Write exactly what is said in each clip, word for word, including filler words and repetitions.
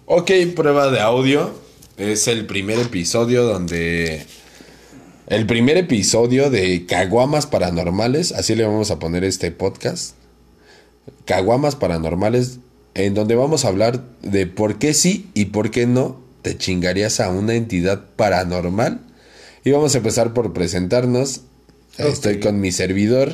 Ok, prueba de audio. Es el primer episodio donde... El primer episodio de Caguamas Paranormales. Así le vamos a poner este podcast. Caguamas Paranormales. En donde vamos a hablar de por qué sí y por qué no te chingarías a una entidad paranormal. Y vamos a empezar por presentarnos. Okay. Estoy con mi servidor.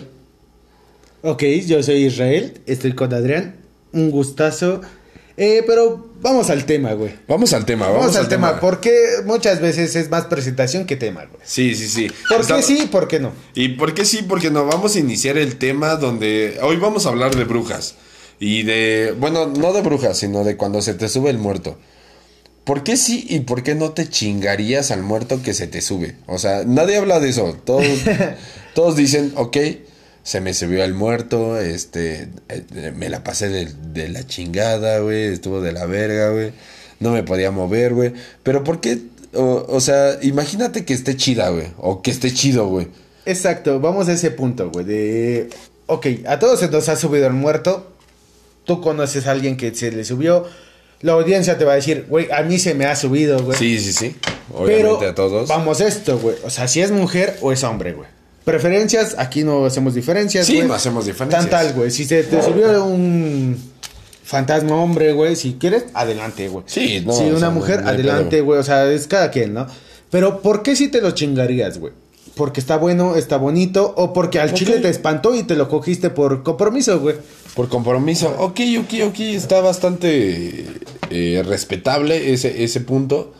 Ok, yo soy Israel. Estoy con Adrián. Un gustazo. Eh, pero vamos al tema, güey. Vamos al tema, vamos, vamos al, al tema, tema. Porque muchas veces es más presentación que tema, güey. Sí, sí, sí. ¿Por Está... qué sí y por qué no? ¿Y por qué sí? Porque no. Vamos a iniciar el tema donde... Hoy vamos a hablar de brujas. Y de... Bueno, no de brujas, sino de cuando se te sube el muerto. ¿Por qué sí y por qué no te chingarías al muerto que se te sube? O sea, nadie habla de eso. Todos, todos dicen, ok... Se me subió el muerto, este, eh, me la pasé de, de la chingada, güey, estuvo de la verga, güey, no me podía mover, güey, pero ¿por qué? O, o sea, imagínate que esté chida, güey, o que esté chido, güey. Exacto, vamos a ese punto, güey, de, ok, a todos se nos ha subido el muerto, tú conoces a alguien que se le subió, la audiencia te va a decir, güey, a mí se me ha subido, güey. Sí, sí, sí, obviamente pero, a todos. Vamos a esto, güey, o sea, si es mujer o es hombre, güey. Preferencias, aquí no hacemos diferencias, sí, güey. no hacemos diferencias. Tan tal, güey. Si se te subió un fantasma hombre, güey, si quieres, adelante, güey. Sí, no. Si una o sea, mujer, no, no adelante, güey. O sea, es cada quien, ¿no? Pero, ¿por qué si te lo chingarías, güey? ¿Porque está bueno, está bonito? ¿O porque al okay. chile te espantó y te lo cogiste por compromiso, güey? Por compromiso. Ok, ok, ok. Está bastante eh, respetable ese, ese punto.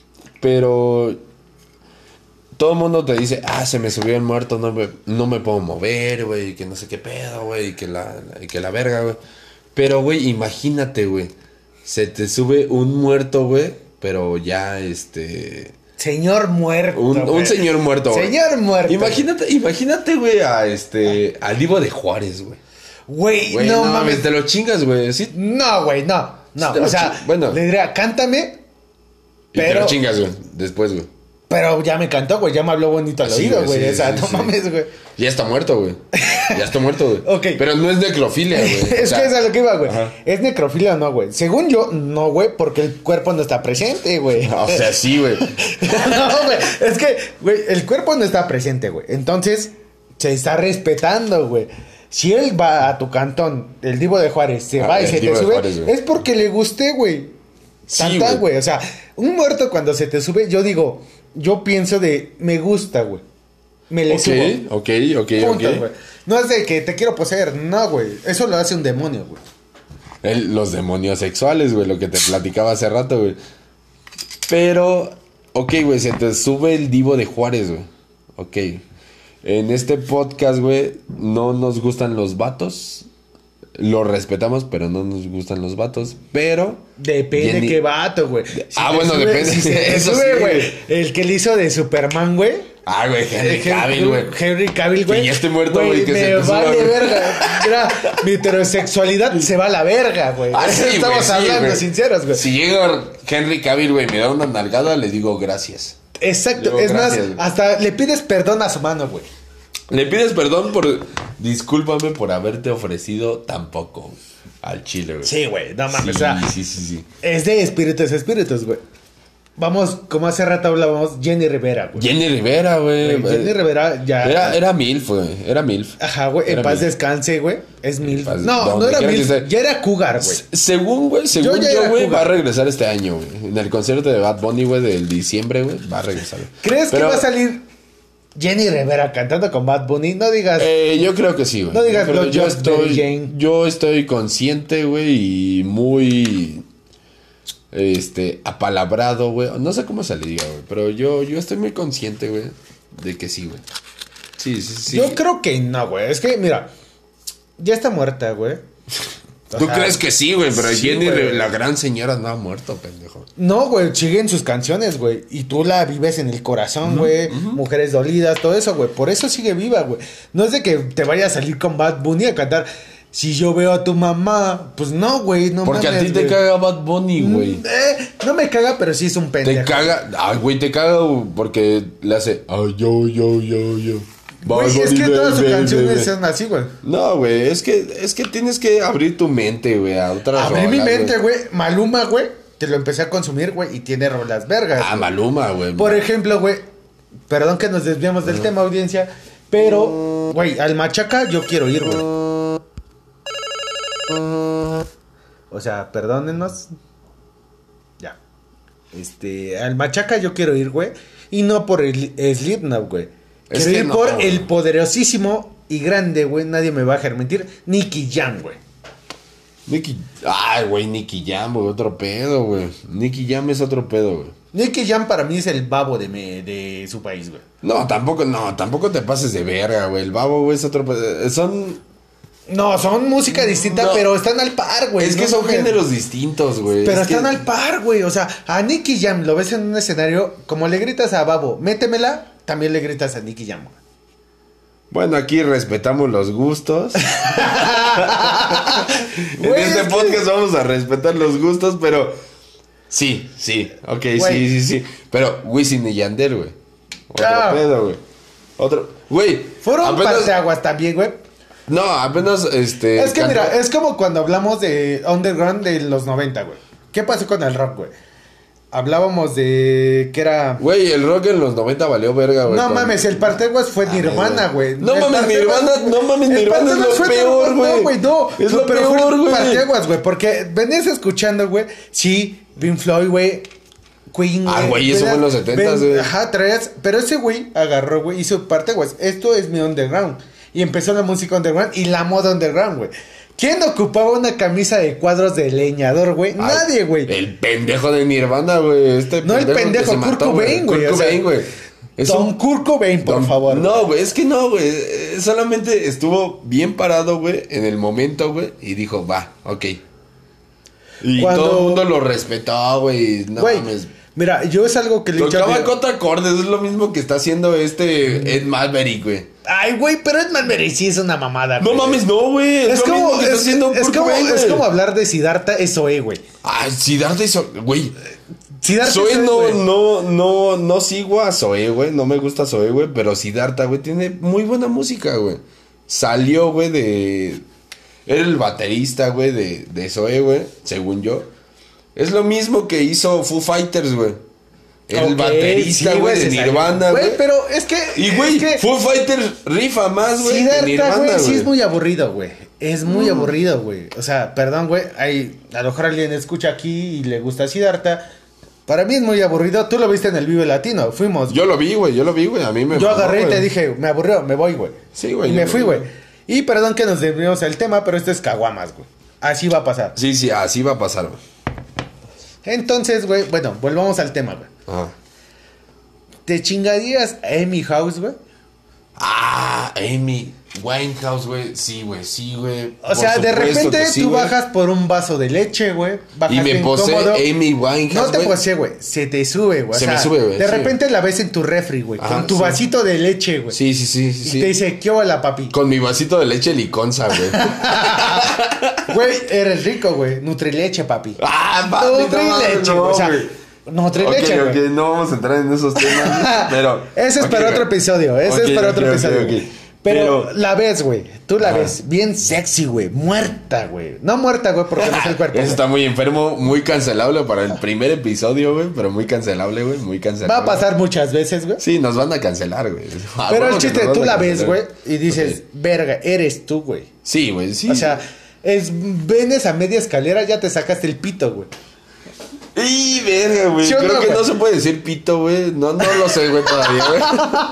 Pero... Todo el mundo te dice, ah, se me subió el muerto, no me, no me puedo mover, güey, que no sé qué pedo, güey, y que la, y que la verga, güey. Pero, güey, imagínate, güey, se te sube un muerto, güey, pero ya, este... Señor muerto, Un, un señor muerto, güey. Señor muerto. Imagínate, imagínate, güey, a este... Al Divo de Juárez, güey. Güey, no, no mames. mames, te lo chingas, güey, ¿sí? No, güey, no, no, sí o sea, ching... bueno. le diría, cántame, y pero... te lo chingas, güey, después, güey. Pero ya me cantó, güey, ya me habló bonito al sí, oído, güey. Sí, o sea, sí, no sí. mames, güey. Ya está muerto, güey. Ya está muerto, güey. Ok. Pero no es necrofilia, güey. es o sea, que es a lo que iba, güey. Ajá. ¿Es necrofilia o no, güey? Según yo, no, güey, porque el cuerpo no está presente, güey. O sea, sí, güey. no, güey. Es que, güey, el cuerpo no está presente, güey. Entonces, se está respetando, güey. Si él va a tu cantón, el Divo de Juárez, se ah, va y se te sube, Juárez, es porque le gusté, güey. Tanta, güey. O sea, un muerto cuando se te sube, yo digo... Yo pienso de, me gusta, güey. Me le okay, subo. Ok, ok, Punto, ok. Güey. No es de que te quiero poseer, no, güey. Eso lo hace un demonio, güey. El, los demonios sexuales, güey, lo que te platicaba hace rato, güey. Pero, ok, güey, se te sube el Divo de Juárez, güey. Ok. En este podcast, güey, no nos gustan los vatos. Lo respetamos, pero no nos gustan los vatos. Pero... Depende Jenny... qué vato, güey. Si ah, bueno, sube, depende. Si se Eso sube, sí, güey. El que le hizo de Superman, güey. Ah, güey, Henry Cavill, güey. Henry Cavill, güey. Que ya esté muerto, güey. Que me se te vale suba, verga. Mira, mi heterosexualidad se va a la verga, güey. Ah, sí, Estamos güey, sí, hablando güey. sinceros, güey. Si llega Henry Cavill, güey, me da una nalgada, le digo gracias. Exacto. Digo, es gracias, más, güey. hasta le pides perdón a su mano, güey. Le pides perdón por... Discúlpame por haberte ofrecido tan poco al chile, güey. Sí, güey, no mames. Sí, o sea, sí, sí, sí. Es de espíritus, espíritus, güey. Vamos, como hace rato hablábamos, Jenny Rivera, güey. Jenny Rivera, güey. Jenny Rivera ya... Era, era MILF, güey. Era MILF. Ajá, güey. En era paz MILF. descanse, güey. Es MILF. Paz, no, no era MILF. Sea, ya era Cougar, güey. Según, güey, según yo, yo, güey, va a regresar este año, güey. En el concierto de Bad Bunny, güey, del diciembre, güey, va a regresar. Güey. ¿Crees Pero... que va a salir Jenny Rivera cantando con Bad Bunny? No digas... Eh, yo creo que sí, güey. No digas yo, yo estoy Jane. Yo estoy consciente, güey, y muy... Este, apalabrado, güey. No sé cómo se le diga, güey. Pero yo, yo estoy muy consciente, güey, de que sí, güey. Sí, sí, sí. Yo creo que no, güey. Es que, mira, ya está muerta, güey. ¿Tú sea, crees que sí, güey? Pero sí, Jenny, güey. La gran señora, no ha muerto, pendejo. No, güey, sigue en sus canciones, güey. Y tú la vives en el corazón, güey. Uh-huh, uh-huh. Mujeres dolidas, todo eso, güey. Por eso sigue viva, güey. No es de que te vaya a salir con Bad Bunny a cantar... Si yo veo a tu mamá, pues no, güey, no Porque mames, a ti te güey. caga Bad Bunny, güey. Eh, no me caga, pero sí es un pendejo. Te caga, ay, güey, te caga porque le hace, ay, yo, yo, yo, yo. Güey, es que todas sus canciones son así, güey. No, güey, es que, es que tienes que abrir tu mente, güey, a otras Abrir mi mente, güey. Maluma, güey. que lo empecé a consumir, güey, y tiene rolas vergas. Ah, Maluma, güey. Por ejemplo, güey, perdón que nos desviamos del uh-huh. tema, audiencia, pero, güey, al Machaca yo quiero ir, güey. O sea, perdónenos. Ya. Este, al Machaca yo quiero ir, güey, y no por el Slipknot, güey. Quiero ir no, por güey. el poderosísimo y grande, güey, nadie me va a dejar mentir, Nicky Jam, güey. Nicky... Ay, güey, Nicky Jam, güey, otro pedo, güey. Nicky Jam es otro pedo, güey. Nicky Jam para mí es el babo de, me, de su país, güey. No, tampoco, no, tampoco te pases de verga, güey. El babo, güey, es otro pedo. Son... No, son música distinta, no, pero están al par, güey. Es que no, son güey. géneros distintos, güey. Pero es están que... al par, güey. O sea, a Nicky Jam lo ves en un escenario, como le gritas a Babo, métemela, también le gritas a Nicky Jam, güey. Bueno, aquí respetamos los gustos. En wey, este podcast que... vamos a respetar los gustos, pero... Sí, sí, ok, wey. sí, sí, sí. Pero Wisin y Yandel, güey. Otro ah. pedo, güey. Otro... Güey. Fueron apenas... parteaguas también, güey. No, apenas, este... Es que, canta... mira, es como cuando hablamos de Underground de los noventa, güey. ¿Qué pasó con el rock, güey? Hablábamos de que era... Güey, el rock en los noventa valió verga, güey. No con... mames, el parteaguas fue ah, Nirvana, güey. No mames, Nirvana, no mames, Nirvana es lo peor, güey. No, güey, no. Es lo pero peor, güey. Parteaguas, güey, porque venías escuchando, güey, sí, Pink Floyd, güey, Queen, güey. Ah, güey, eso fue en los setentas, güey. Ajá, traías, pero ese güey agarró, güey, hizo parteaguas. Esto es mi underground. Y empezó la música underground y la moda underground, güey. ¿Quién ocupaba una camisa de cuadros de leñador, güey? Nadie, güey. El pendejo de Nirvana, güey. Este no, el pendejo, Kurt Cobain, güey. Kurt Cobain, güey. Don Kurt Cobain, por don, favor. No, güey, es que no, güey. Solamente estuvo bien parado, güey, en el momento, güey. Y dijo, va, ok. Y Cuando... todo el mundo lo respetó, güey. No mames. Mira, yo es algo que le he dicho. Tocaba contra acordes, es lo mismo que está haciendo este Ed Maverick, güey. Ay, güey, pero Ed Maverick sí es una mamada, güey. No mames, no, güey. Es, es, como, que es, está haciendo es, como, Cobain, es como hablar de Siddhartha Zoe, güey. Ay, Siddhartha Zoe, güey. Siddhartha Zoe no, wey. no, no, no sigo a Zoe, güey. No me gusta Zoe, güey. Pero Siddhartha, güey, tiene muy buena música, güey. Salió, güey, de... Era el baterista, güey, de, de Zoe, güey. Según yo. Es lo mismo que hizo Foo Fighters, güey. El okay, baterista, güey, sí, de Nirvana, güey. Pero es que... Y, güey, es que Foo Fighters rifa más, güey, que Nirvana, güey. Sí es muy aburrido, güey. Es muy mm. aburrido, güey. O sea, perdón, güey. Hay, a lo mejor alguien escucha aquí y le gusta Siddhartha. Para mí es muy aburrido. Tú lo viste en el Vive Latino. Fuimos. Yo lo vi, güey. Yo lo vi, güey. A mí me... Yo agarré wey. y te dije, me aburrió, me voy, güey. Sí, güey. Y me fui, güey. Y perdón que nos desviamos el tema, pero esto es caguamas, güey. Así va a pasar. Sí, sí, así va a pasar, güey. Entonces, güey, bueno, volvamos al tema, güey. Ajá. ¿Te chingarías a Amy House, güey? Ah, Amy Winehouse, güey. Sí, güey, sí, güey. O sea, de repente sí, tú wey. bajas por un vaso de leche, güey. Y me posee Amy Winehouse. No te wey. posee, güey. Se te sube, güey. Se o sea, me sube, güey. De sí, repente wey. la ves en tu refri, güey. Con tu sí. vasito de leche, güey. Sí, sí, sí, sí. Y sí. te dice, ¿qué hola, papi? Con mi vasito de leche liconza, güey. Güey, eres rico, güey. Nutrileche, papi. Ah, papi. Nutrileche, no, güey. O sea, Nutrileche, güey. Ok, ok, no vamos a entrar en esos temas. Pero. Ese es okay, para okay. otro episodio. Ese okay, es para okay, otro okay, episodio. Okay, okay. Pero, Pero la ves, güey. Tú la ah. ves bien sexy, güey. Muerta, güey. No muerta, güey, porque no es el cuerpo. Eso está muy enfermo, muy cancelable para el primer episodio, güey. Pero muy cancelable, güey. Muy cancelable. Va a pasar muchas veces, güey. Sí, nos van a cancelar, güey. Ah, pero bueno, el chiste, tú la ves, güey. Y dices, okay. verga, eres tú, güey. Sí, güey, sí. O sea, es, vienes a media escalera, ya te sacaste el pito, güey. ¡Y verga, güey! ¿Sí Creo no, que güey? no se puede decir pito, güey. No, no lo sé, güey, todavía, güey.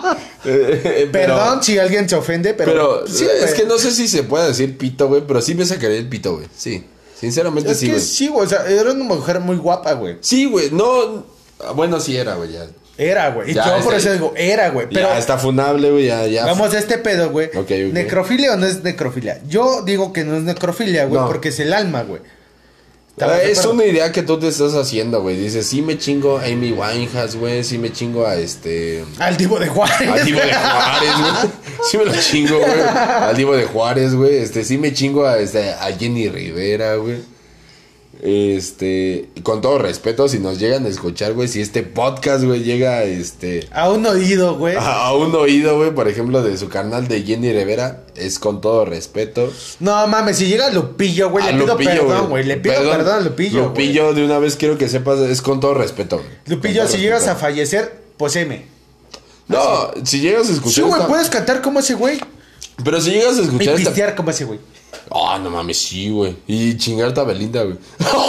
eh, pero, Perdón si alguien se ofende, pero... Pero sí, es que no sé si se puede decir pito, güey, pero sí me sacaría el pito, güey. Sí, sinceramente es sí, que güey. sí, güey, o sea, era una mujer muy guapa, güey. Sí, güey, no... Bueno, sí era, güey, ya. Era, güey. Y yo por eso digo, era, güey. Pero ya está funable, güey, ya, ya. Vamos a este pedo, güey. Ok, ok. ¿Necrofilia o no es necrofilia? Yo digo que no es necrofilia, güey, no. porque es el alma, güey. Es una idea que tú te estás haciendo, güey. Dices, sí me chingo a Amy Winehouse, güey. Sí me chingo a este... Al Divo de Juárez. Al Divo de Juárez, güey. Sí me lo chingo, güey. Al Divo de Juárez, güey. Este, sí me chingo a, este, a Jenny Rivera, güey. Este, con todo respeto, si nos llegan a escuchar, güey, si este podcast, güey, llega, este... A un oído, güey. A, a un oído, güey, por ejemplo, de su canal de Jenny Rivera, es con todo respeto. No, mames, si llega Lupillo, güey, le pido Lupillo, perdón, güey, le pido perdón, perdón a Lupillo, Lupillo, güey. de una vez quiero que sepas, es con todo respeto, güey. Lupillo, si respeto. llegas a fallecer, poseme. No, así. Si llegas a escuchar... Sí, güey, esta... puedes cantar como ese güey. Pero si llegas a escuchar... Y pistear esta... como ese güey. Ah, oh, no mames, sí, güey. Y chingarte a Belinda, güey.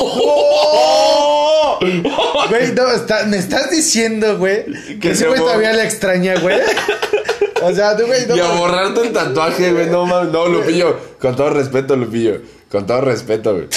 Güey, no, está, me estás diciendo, güey, que, que ese güey todavía la extraña, güey. O sea, tú, güey, no. Y a borrarte el tatuaje, güey, no mames. No, Lupillo, con todo respeto, Lupillo. Con todo respeto, güey.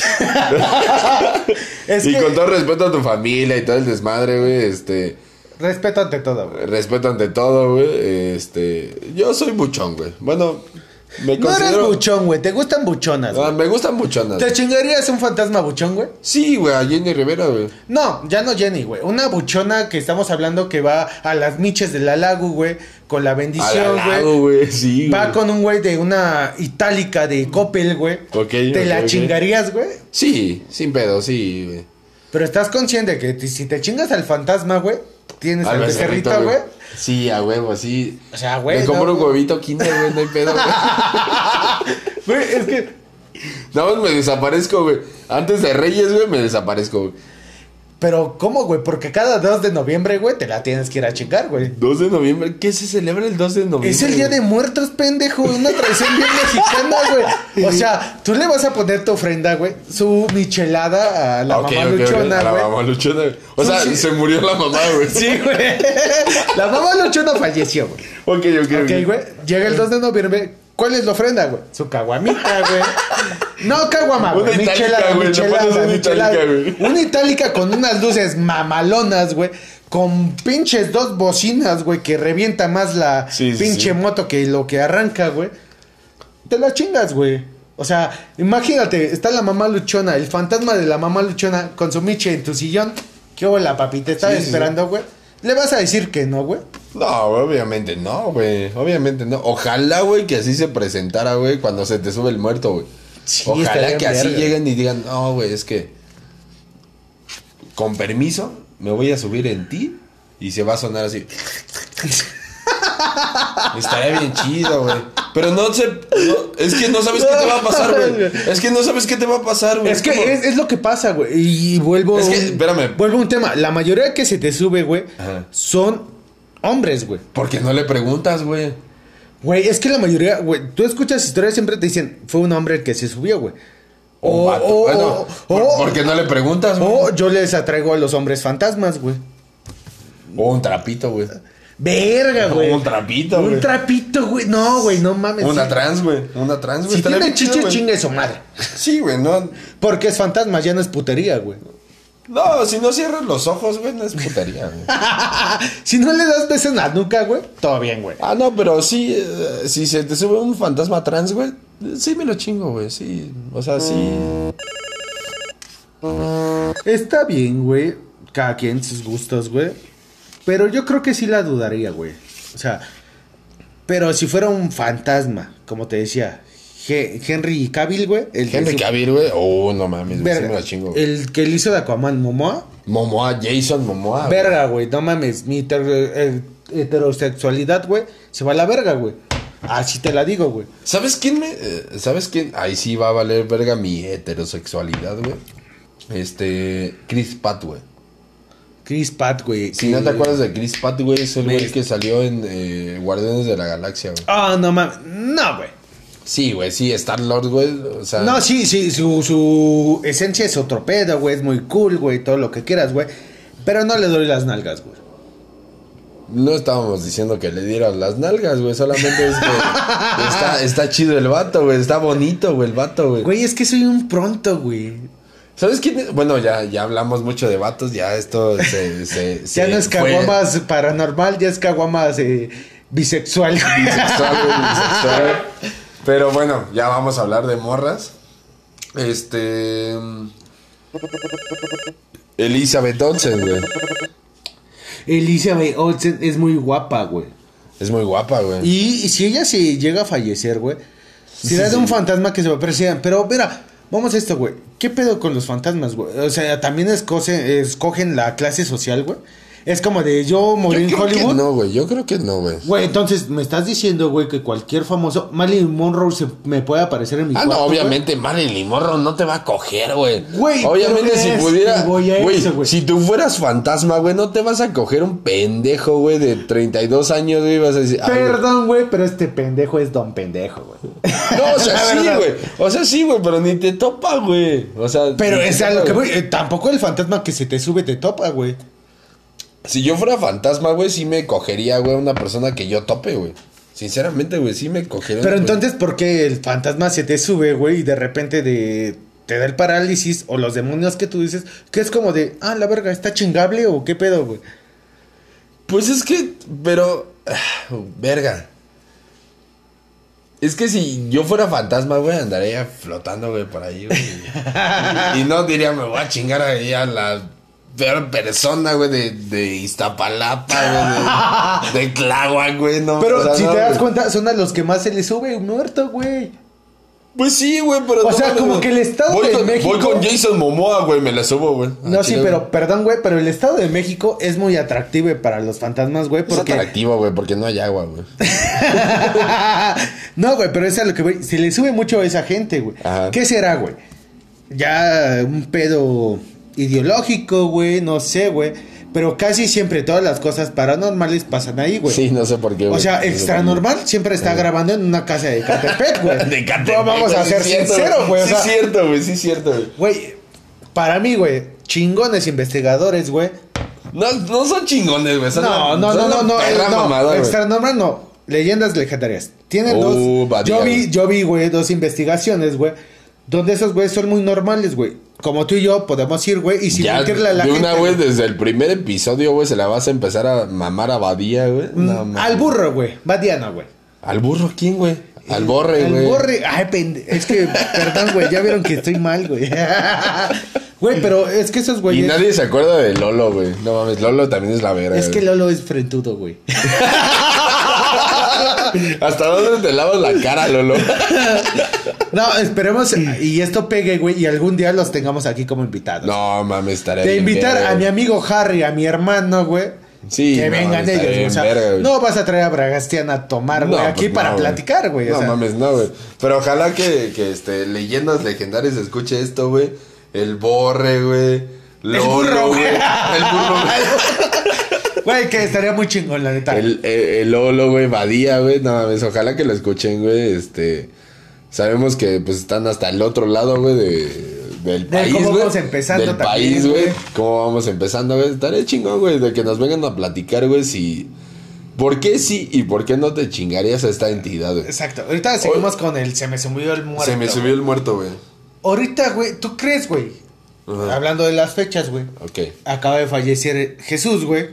Es y que... con todo respeto a tu familia y todo el desmadre, güey, este... Respeto ante todo, güey. Respeto ante todo, güey. Este... Yo soy buchón, güey. Bueno... Me no considero... eres buchón, güey. ¿Te gustan buchonas? Ah, me gustan buchonas. ¿Te chingarías un fantasma buchón, güey? Sí, güey, a Jenny Rivera, güey. No, ya no Jenny, güey. Una buchona que estamos hablando que va a las miches de la lago, güey. Con la bendición, güey. güey. Sí, va güey. Con un güey de una itálica de Coppel, güey. Ok, ¿Te okay, la okay. chingarías, güey? Sí, sin pedo, sí, güey. Pero estás consciente que t- si te chingas al fantasma, güey, tienes al, al becerrito, güey. Sí, a huevo, sí. O sea, güey. Me compro no, un huevito Kinder, güey, no hay pedo, güey. Güey, es que... Nada más me desaparezco, güey. Antes de Reyes, güey, me desaparezco, güey. Pero, ¿cómo, güey? Porque cada dos de noviembre, güey, te la tienes que ir a chingar, güey. dos de noviembre? ¿Qué se celebra el dos de noviembre? Es el Día de Muertos, pendejo. Una tradición bien mexicana, güey. O sea, tú le vas a poner tu ofrenda, güey. Su michelada a la okay, mamá okay, luchona, okay. güey. A la mamá luchona, güey. O sea, sí. Se murió la mamá, güey. Sí, güey. La mamá luchona falleció, güey. Ok, ok, ok. Ok, güey. Llega el dos de noviembre. ¿Cuál es la ofrenda, güey? Su caguamita, güey. No caguama, güey. Michelada, güey. michelada, una michelada. Itálica, güey. Una itálica con unas luces mamalonas, güey. Con pinches dos bocinas, güey, que revienta más la sí, pinche sí. moto que lo que arranca, güey. Te la chingas, güey. O sea, imagínate, está la mamá luchona, el fantasma de la mamá luchona con su miche en tu sillón. ¿Qué hola, papi? Te está sí, esperando, güey. Sí. ¿Le vas a decir que no, güey? No, obviamente no, güey. Obviamente no. Ojalá, güey, que así se presentara, güey, cuando se te sube el muerto, güey. Sí, ojalá que así verga. Lleguen y digan, no, güey, es que con permiso me voy a subir en ti y se va a sonar así. Estaría bien chido, güey. Pero no sé, no, es que no sabes qué te va a pasar, güey. Es que no sabes qué te va a pasar, güey. Es, es que como... es, es lo que pasa, güey. Y vuelvo. Es que, espérame. Vuelvo a un tema. La mayoría que se te sube, güey, son hombres, güey. ¿Por qué no le preguntas, güey? Güey, es que la mayoría, güey, tú escuchas historias, siempre te dicen, fue un hombre el que se subió, güey. O, o, o, bueno, o, ¿por, o, ¿por qué no le preguntas, güey? O yo les atraigo a los hombres fantasmas, güey. O un trapito, güey. Verga, güey. Un trapito, güey. Un trapito, güey. No, güey, no mames. Una sí. trans, güey. Una trans, güey. Si tiene chiche, chingue su madre. Sí, güey, no. Porque es fantasma, ya no es putería, güey. No, si no cierras los ojos, güey, no es putería, güey. Si no le das besos en la nuca, güey, todo bien, güey. Ah, no, pero sí, eh, si se te sube un fantasma trans, güey, sí me lo chingo, güey, sí. O sea, sí. Está bien, güey. Cada quien sus gustos, güey. Pero yo creo que sí la dudaría, güey. O sea, pero si fuera un fantasma, como te decía, He- Henry Cavill, güey. Henry Cavill, güey. Oh, no mames, verga, sí me la chingo. Güey. El que le hizo de Aquaman, Momoa. Momoa, Jason Momoa. Verga, güey, no mames. Mi heter- heterosexualidad, güey, se va a la verga, güey. Así te la digo, güey. ¿Sabes quién me...? Eh, ¿Sabes quién? Ahí sí va a valer verga mi heterosexualidad, güey. Este... Chris Pratt, güey. Chris Pratt, güey. Si que... no te acuerdas de Chris Pratt, güey, es el güey que salió en eh, Guardianes de la Galaxia, güey. Ah, oh, no mames. No, güey. Sí, güey, sí, Star-Lord, güey, o sea... No, sí, sí, su, su esencia es otro pedo, güey, es muy cool, güey, todo lo que quieras, güey. Pero no le doy las nalgas, güey. No estábamos diciendo que le dieran las nalgas, güey, solamente es que está, está chido el vato, güey, está bonito, güey, el vato, güey. Güey, es que soy un pronto, güey. ¿Sabes quién es? Bueno, ya, ya hablamos mucho de vatos, ya esto se... se, ya se no es caguamas paranormal, ya es caguamas eh, bisexual. Bisexual, güey, bisexual. Pero bueno, ya vamos a hablar de morras. Este... Elizabeth Olsen, güey. Elizabeth Olsen es muy guapa, güey. Es muy guapa, güey. Y, y si ella se llega a fallecer, güey, Sí, será sí, de un sí. fantasma que se va a apreciar. Pero, mira, vamos a esto, güey. ¿Qué pedo con los fantasmas, güey? O sea, también escoge, escogen la clase social, güey. Es como de yo morí en Hollywood. Que no, güey. Yo creo que no, güey. Güey, entonces me estás diciendo, güey, que cualquier famoso. Marilyn Monroe se me puede aparecer en mi ah, cuarto. Ah, no, obviamente, güey. Marilyn Monroe no te va a coger, güey. Güey, obviamente, si pudiera. Güey, eso, si tú fueras fantasma, güey, no te vas a coger un pendejo, güey, de treinta y dos años, güey. Vas a decir. Perdón, güey, pero este pendejo es don pendejo, güey. No, o sea, sí, güey. O sea, sí, güey, pero ni te topa, güey. O sea. Pero es a lo que, güey. Eh, tampoco el fantasma que se te sube te topa, güey. Si yo fuera fantasma, güey, sí me cogería, güey, a una persona que yo tope, güey. Sinceramente, güey, sí me cogería. Pero entonces, ¿por qué el fantasma se te sube, güey? Y de repente de te da el parálisis o los demonios que tú dices, que es como de, ah, la verga, ¿está chingable o qué pedo, güey? Pues es que, pero, uh, verga. Es que si yo fuera fantasma, güey, andaría flotando, güey, por ahí, güey. y, y no diría, me voy a chingar ahí a la... peor persona, güey, de, de Iztapalapa, güey, de, de Tláhuac, güey, no. Pero o sea, si no, te das güey. cuenta, son a los que más se les sube un muerto, güey. Pues sí, güey, pero... O no, sea, güey, como güey. que el Estado voy de con, México... Voy con Jason Momoa, güey, me la subo, güey. No, ah, sí, chido, pero, güey. perdón, güey, pero el Estado de México es muy atractivo para los fantasmas, güey, porque... Es atractivo, güey, porque no hay agua, güey. No, güey, pero es a lo que, güey, se le sube mucho a esa gente, güey. Ajá. ¿Qué será, güey? Ya un pedo ideológico, güey, no sé, güey. Pero casi siempre todas las cosas paranormales pasan ahí, güey. Sí, no sé por qué, güey. O sea, No sé extra por qué. normal siempre está grabando en una casa de Catepec, güey. De Catepec, No, vamos a sí ser es cierto, sinceros, güey. O Sí, sea, es cierto, güey, sí es cierto, güey. güey, para mí, güey, chingones investigadores, güey. No, no son chingones, güey. son No, una- no, son no, no, una no, perra no, mamada, güey. extra normal no. Leyendas legendarias. Tienen Uh, dos. Badía, Yo vi, güey. yo vi, güey, dos investigaciones, güey. Donde esos güeyes son muy normales, güey. Como tú y yo podemos ir, güey, y sin Ya, mentirle a la de gente. una, güey, desde el primer episodio, güey, se la vas a empezar a mamar a Badía, güey. No, Mm, mames. al burro, güey. Badiana, güey. ¿Al burro quién, güey? Al borre, Al güey. borre. Ay, pende... Es que, perdón, güey. Ya vieron que estoy mal, güey. Güey, pero es que esos Y güeyes. nadie se acuerda de Lolo, güey. No mames, Lolo también es la verga. Es que güey. Lolo es frentudo, güey. ¿Hasta dónde te lavas la cara, Lolo? No, esperemos y esto pegue, güey, y algún día los tengamos aquí como invitados. No mames, estaría De bien invitar verga, a mi güey. amigo Harry, a mi hermano, güey. Sí, que no, vengan estaría ellos, bien o sea, verga, güey. no vas a traer a Bragastian a tomar, güey, No, aquí pues para no, güey. platicar, güey. No o sea. mames, no, güey. Pero ojalá que, que este, leyendas legendarias escuche esto, güey. El borre, güey. Lolo, burro, güey. El burro, güey. Güey, que estaría muy chingón, la neta. El, el, el Lolo, güey, Badía, güey. No mames, ojalá que lo escuchen, güey. Este. Sabemos que pues están hasta el otro lado, güey, de, del De país, cómo güey. vamos empezando Del también, país, güey. güey. Cómo vamos empezando, güey. Estaría chingón, güey, de que nos vengan a platicar, güey, si... ¿Por qué sí y por qué no te chingarías a esta entidad, güey? Exacto. Ahorita seguimos con el se me subió el muerto. Se me subió güey. el muerto, güey. Ahorita, güey, ¿tú crees, güey? Ajá. Hablando de las fechas, güey. Ok. Acaba de fallecer Jesús, güey.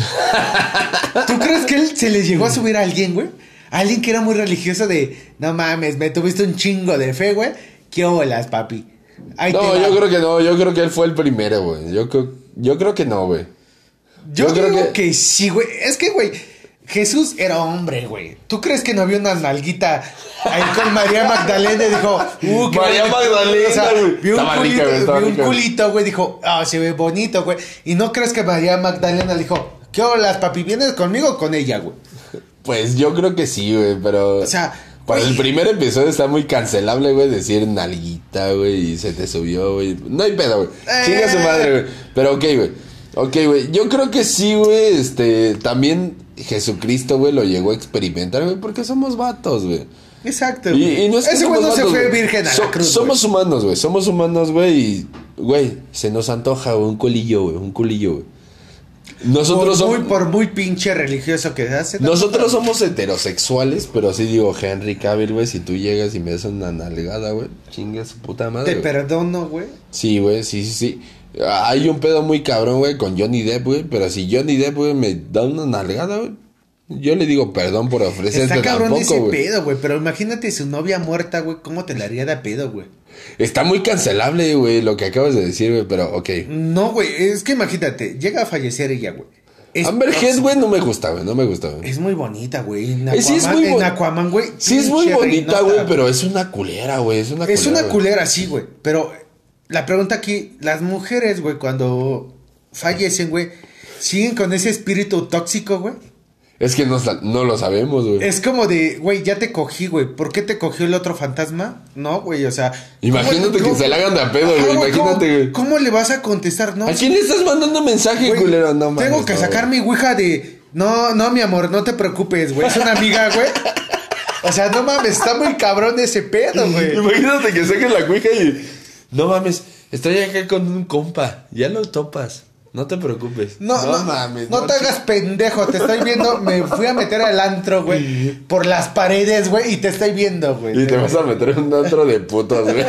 ¿Tú crees que él se le llegó a subir a alguien, güey? Alguien que era muy religioso de, no mames, me tuviste un chingo de fe, güey. ¿Qué olas, papi? Ahí te No, va. yo creo que no. Yo creo que él fue el primero, güey. Yo, creo- yo creo que no, güey. Yo, yo creo digo que- que... sí, güey. Es que, güey, Jesús era hombre, güey. ¿Tú crees que no había una nalguita ahí con María Magdalena y dijo, uh, qué María bonito? Magdalena, O sea, güey. vio un Estaba culito, rica, güey, estaba vio un rica. culito, güey, dijo, ah, se ve bonito, güey. Y no crees que María Magdalena le dijo, ¿qué olas, papi? ¿Vienes conmigo o con ella, güey? Pues yo creo que sí, güey, pero... O sea, para güey. el primer episodio está muy cancelable, güey, decir nalguita, güey, y se te subió, güey. No hay pedo, güey. Eh. Chinga su madre, güey. Pero ok, güey. Ok, güey. Yo creo que sí, güey, este... También Jesucristo, güey, lo llegó a experimentar, güey, porque somos vatos, güey. Exacto, Y, güey. y no es que Ese güey somos no se vatos, fue güey. virgen a So- la cruz, Somos güey. humanos, güey. Somos humanos, güey, y... Güey, se nos antoja, güey, un culillo, güey, un culillo, güey. Nosotros por, muy, somos... por muy pinche religioso que hace. Nosotros somos heterosexuales, pero sí digo, Henry Cavill, güey, si tú llegas y me das una nalgada, güey, chinga su puta madre, Te güey. perdono, güey. Sí, güey, sí, sí, sí. Hay un pedo muy cabrón, güey, con Johnny Depp, güey, pero si Johnny Depp, güey, me da una nalgada, güey, yo le digo perdón por ofrecerte Está cabrón tampoco, ese güey. pedo, güey. Pero imagínate su novia muerta, güey. ¿Cómo te la haría de pedo, güey? Está muy cancelable, güey, lo que acabas de decir, güey, pero ok. No, güey. Es que imagínate. Llega a fallecer ella, güey. Es Amber Heard, güey, no me gusta, güey, no me gusta, güey. Es muy bonita, güey. En Aquaman, sí, es muy en Aquaman, güey. Sí, es muy bonita, güey, pero es una culera, güey. Es una culera. Es una güey. culera, sí, güey. Pero la pregunta aquí, las mujeres, güey, cuando fallecen, güey, ¿siguen con ese espíritu tóxico, güey? Es que no, no lo sabemos, güey. Es como de, güey, ya te cogí, güey. ¿Por qué te cogió el otro fantasma? No, güey, o sea... Imagínate que se la hagan de a pedo, güey. Imagínate, güey. ¿cómo, ¿Cómo le vas a contestar? No, ¿A quién le estás mandando mensaje, güey, culero? No, mames, tengo que no, sacar güey. mi ouija de... No, no, mi amor, no te preocupes, güey. Es una amiga, güey. O sea, no mames, está muy cabrón ese pedo, güey. Imagínate que saques la ouija y... No mames, estoy acá con un compa. Ya lo topas. No te preocupes. No, no, no mames. No, no te hagas pendejo. Te estoy viendo. Me fui a meter al antro, güey. Por las paredes, güey. Y te estoy viendo, güey. Y te vas a meter en un antro de putos, güey.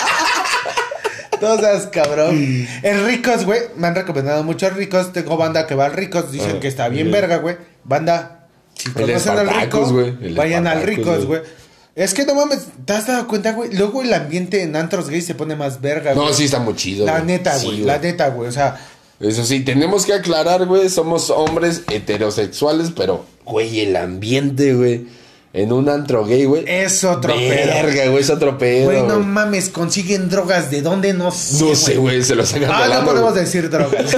No seas cabrón. En Ricos, güey. Me han recomendado muchos Ricos. Tengo banda que va al Ricos. Dicen ah, que está bien verga, güey. Banda. Si conocen al Ricos, vayan al Ricos, güey. Es que no mames, ¿te has dado cuenta, güey? Luego el ambiente en antros gays se pone más verga, güey. No, sí está muy chido. La güey. neta, güey. Sí, la neta, güey. O sea... Eso sí, tenemos que aclarar, güey, somos hombres heterosexuales, pero, güey, el ambiente, güey, en un antro gay, güey. Es otro pedo. Verga, güey, es otro pedo. Güey, no mames, consiguen drogas, ¿de dónde? No sé, No sé, güey, se lo sacan Ah, no podemos wey. decir drogas.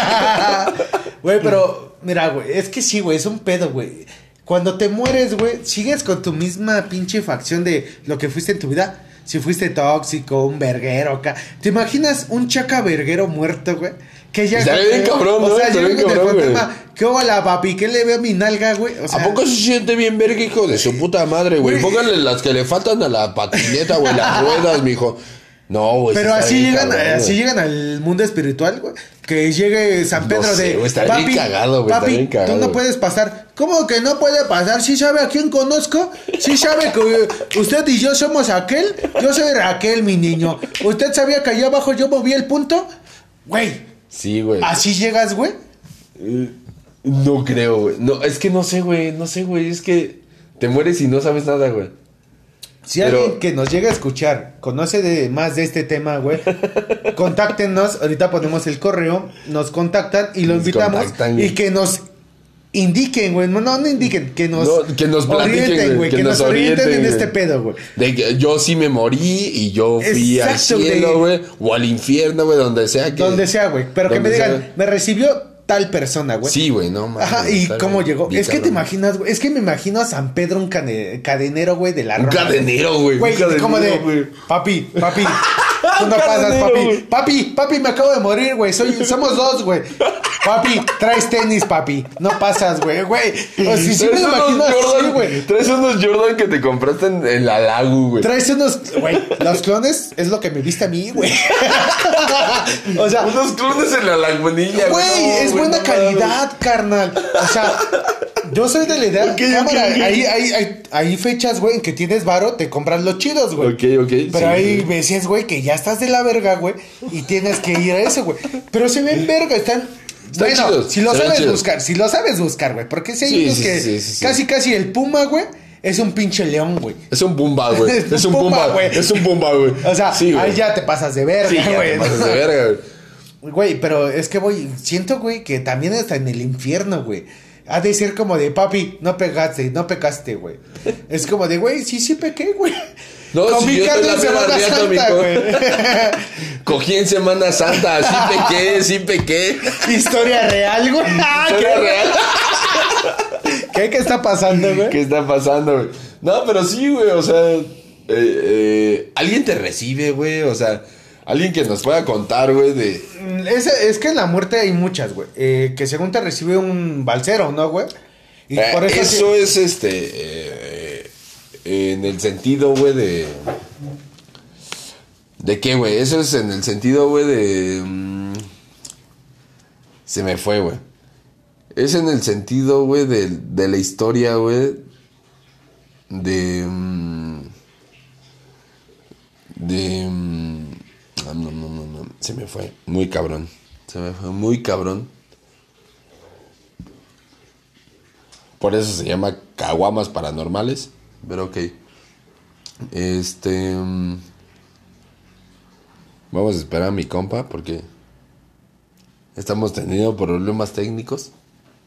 Güey, pero, mira, güey, es que sí, güey, es un pedo, güey. Cuando te mueres, güey, sigues con tu misma pinche facción de lo que fuiste en tu vida. Si fuiste tóxico, un verguero acá. ¿Te imaginas un chaca verguero muerto, güey? Que ya... Está bien cabrón, ¿no? O sea, Está yo bien con cabrón, el güey. fantasma. ¿Qué hola, papi? ¿Qué le veo a mi nalga, güey? O sea, ¿a poco se siente bien verga, hijo de su puta madre, güey? Pónganle las que le faltan a la patineta, güey, las ruedas, mijo. No, güey. Pero así llegan, cabrón, así güey. llegan al mundo espiritual, güey. Que llegue San Pedro no sé, de... Wey, está papi, bien cagado, güey. Papi, está bien cagado, tú no wey. puedes pasar. ¿Cómo que no puede pasar? ¿Sí sabe a quién conozco? ¿Sí sabe que usted y yo somos aquel? Yo soy Raquel, mi niño. ¿Usted sabía que allá abajo yo moví el punto? Güey. Sí, güey. ¿Así llegas, güey? Uh, no creo, güey. No, es que no sé, güey. No sé, güey. Es que te mueres y no sabes nada, güey. Si Pero... alguien que nos llega a escuchar conoce de más de este tema, güey, contáctenos. Ahorita ponemos el correo, nos contactan y lo nos invitamos. Y que nos indiquen, güey. No, no indiquen, que nos, no, que nos orienten, güey. Que, que nos orienten, orienten en este pedo, güey. De que yo sí me morí y yo fui Exacto, al cielo, güey. O al infierno, güey, donde sea que. Donde sea, güey. Pero que me digan, sea, me recibió tal persona, güey. Sí, güey, no mames. Ajá, ¿y cómo bien, llegó? Bien es que te imaginas, güey. Es que me imagino a San Pedro, un cane, cadenero, güey, de la Roma. Un cadenero, güey. Güey, como de, wey. papi, papi. Tú no pasas, papi. Wey. Papi, papi, me acabo de morir, güey. Soy, somos dos, güey. Papi, traes tenis, papi. No pasas, güey, güey. O si sí me imagino así, güey. Traes unos Jordan que te compraste en, en la Lagu, güey. Traes unos, güey. Los clones es lo que me viste a mí, güey. O sea, unos clones en la Lagunilla, güey. Güey, no, es wey, buena no, calidad, no, carnal. O sea, yo soy de la idea. Okay, cámara, okay. Hay, hay, hay, hay fechas, güey, en que tienes varo, te compras los chidos, güey. Ok, ok. Pero sí, hay sí. veces, güey, que ya estás de la verga, güey, y tienes que ir a eso, güey. Pero se ven verga, están... Están bueno, chidos, si lo sabes buscar, si lo sabes buscar, güey. Porque si hay sí, unos sí, que sí, sí, sí. casi, casi el puma, güey, es un pinche león, güey. Es un pumba, güey. Es, es un pumba, güey. Es un pumba, güey. O sea, sí, ahí ya te pasas de verga, sí, güey. Te pasas de verga, güey. Güey, pero es que, güey, siento, güey, que también está en el infierno, güey. Ha de ser como de, papi, no pegaste, no pecaste, güey. Es como de, güey, sí, sí pequé, güey. No, Con si mi carne en Semana Santa, güey. Cogí en Semana Santa, sí pequé, sí pequé. Historia real, güey. Historia real. ¿Qué, ¿Qué está pasando, güey? ¿Qué está pasando, güey? No, pero sí, güey, o sea, eh, eh, alguien te recibe, güey, o sea... Alguien que nos pueda contar, güey, de... Es, es que en la muerte hay muchas, güey. Eh, que según te recibe un balsero, ¿no, güey? Y eh, por eso eso que... es, este... Eh, en el sentido, güey, de... ¿De qué, güey? Eso es en el sentido, güey, de... Um, se me fue, güey. Es en el sentido, güey, de, de la historia, güey. De... Um, de... Um, No, no, no, no, no, se me fue, muy cabrón, se me fue muy cabrón. Por eso se llama Caguamas Paranormales, pero ok. Este... Um, vamos a esperar a mi compa porque estamos teniendo problemas técnicos.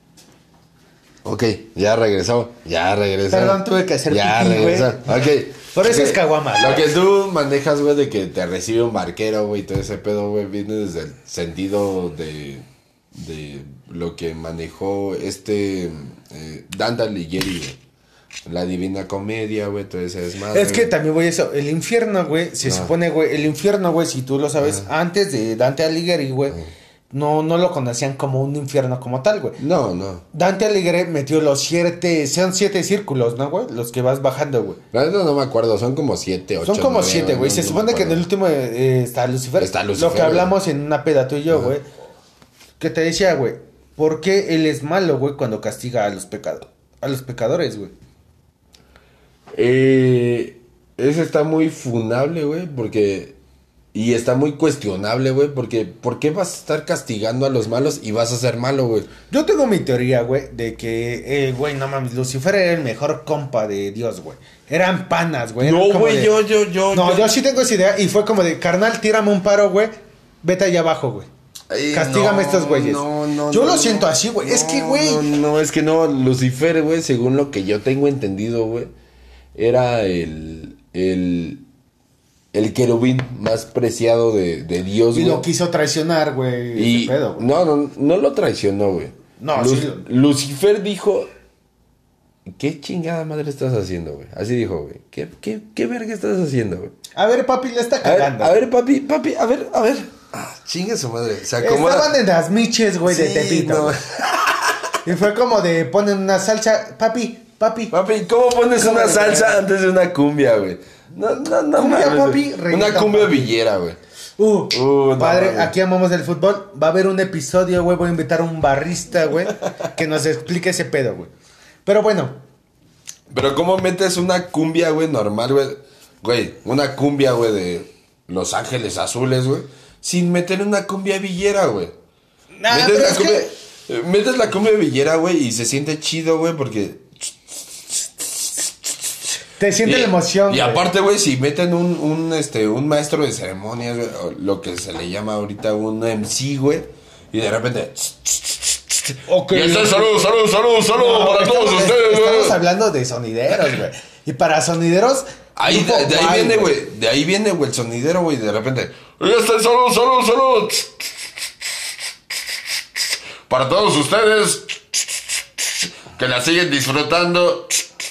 Ok, ya regresó, ya regresó. Perdón, tuve que hacer ya pipí, güey. regresó. Ok. Por eso Okay. es caguama. Lo que tú manejas, güey, de que te recibe un barquero, güey, todo ese pedo, güey, viene desde el sentido de, de lo que manejó este eh, Dante Alighieri, güey. La Divina Comedia, güey, todo ese desmadre. Es que güey. también, güey, eso, el infierno, güey, se No. supone, güey, el infierno, güey, si tú lo sabes, Ajá. antes de Dante Alighieri, güey, Ajá. no, no lo conocían como un infierno como tal, güey. No, no. Dante Alighieri metió los siete, son siete círculos, ¿no, güey? Los que vas bajando, güey. La verdad no me acuerdo, son como siete, ocho. Son como nueve, siete, güey. no, Se no supone me que en el acuerdo. último eh, está Lucifer. Está Lucifer, Lo que hablamos en una peda tú y yo, Ajá. güey. Que te decía, güey, ¿por qué él es malo, güey, cuando castiga a los pecados, a los pecadores, güey? Eh, eso está muy funable, güey, porque... Y está muy cuestionable, güey, porque ¿por qué vas a estar castigando a los malos y vas a ser malo, güey? Yo tengo mi teoría, güey, de que, eh, güey, no mames, Lucifer era el mejor compa de Dios, güey. Eran panas, güey. eran No, como güey, de- yo, yo, yo... No, yo sí tengo esa idea y fue como de, carnal, tírame un paro, güey, vete allá abajo, güey. Ay, Castígame no, a estos güeyes. no, no, Yo no, lo no. siento así, güey. Es que, No, güey. No, no, es que no. Lucifer, güey, según lo que yo tengo entendido, güey, era el. El. El querubín más preciado de, de Dios, Y güey. lo quiso traicionar, güey. Y. ese pedo, güey. no, no, no lo traicionó, güey. No, Lu- sí lo- Lucifer dijo. ¿Qué chingada madre estás haciendo, güey? Así dijo, güey. ¿Qué, qué, qué verga estás haciendo, güey? A ver, papi, le está A ver, cagando. a ver, papi, papi, a ver, a ver. Ah, chingue su madre. Se acomoda. Estaban en las miches, güey, de Sí, Tepito. no. güey. Y fue como de, ponen una salsa, papi, papi. Papi, ¿cómo pones ¿Cómo una le- salsa antes de una cumbia, güey? No, no, no. Cumbia, mames, papi, güey. reggaetón, Una cumbia papi. villera, güey. Uh, Uh, no padre, mames. aquí amamos el fútbol. Va a haber un episodio, güey. Voy a invitar a un barrista, güey, que nos explique ese pedo, güey. Pero bueno, Pero ¿cómo metes una cumbia, güey, normal, güey? Güey, una cumbia, güey, de Los Ángeles Azules, güey. Sin meter una cumbia villera, güey. nah, metes, pero la es cumbia, que eh, metes la cumbia villera, güey, y se siente chido, güey, porque... te siente Y- la emoción, Y güey. aparte, güey, si meten un, un, este, un maestro de ceremonias, güey, o lo que se le llama ahorita un M C, güey, y de repente... Ok. Y este, salud, salud, salud, salud No, para estamos, todos ustedes, estamos güey. hablando de sonideros, güey. Y para sonideros. Ahí, grupo de, de ahí guay, viene, güey, de ahí viene, güey, el sonidero, güey, y de repente... Y este, salud, salud, salud. Para todos ustedes, que la siguen disfrutando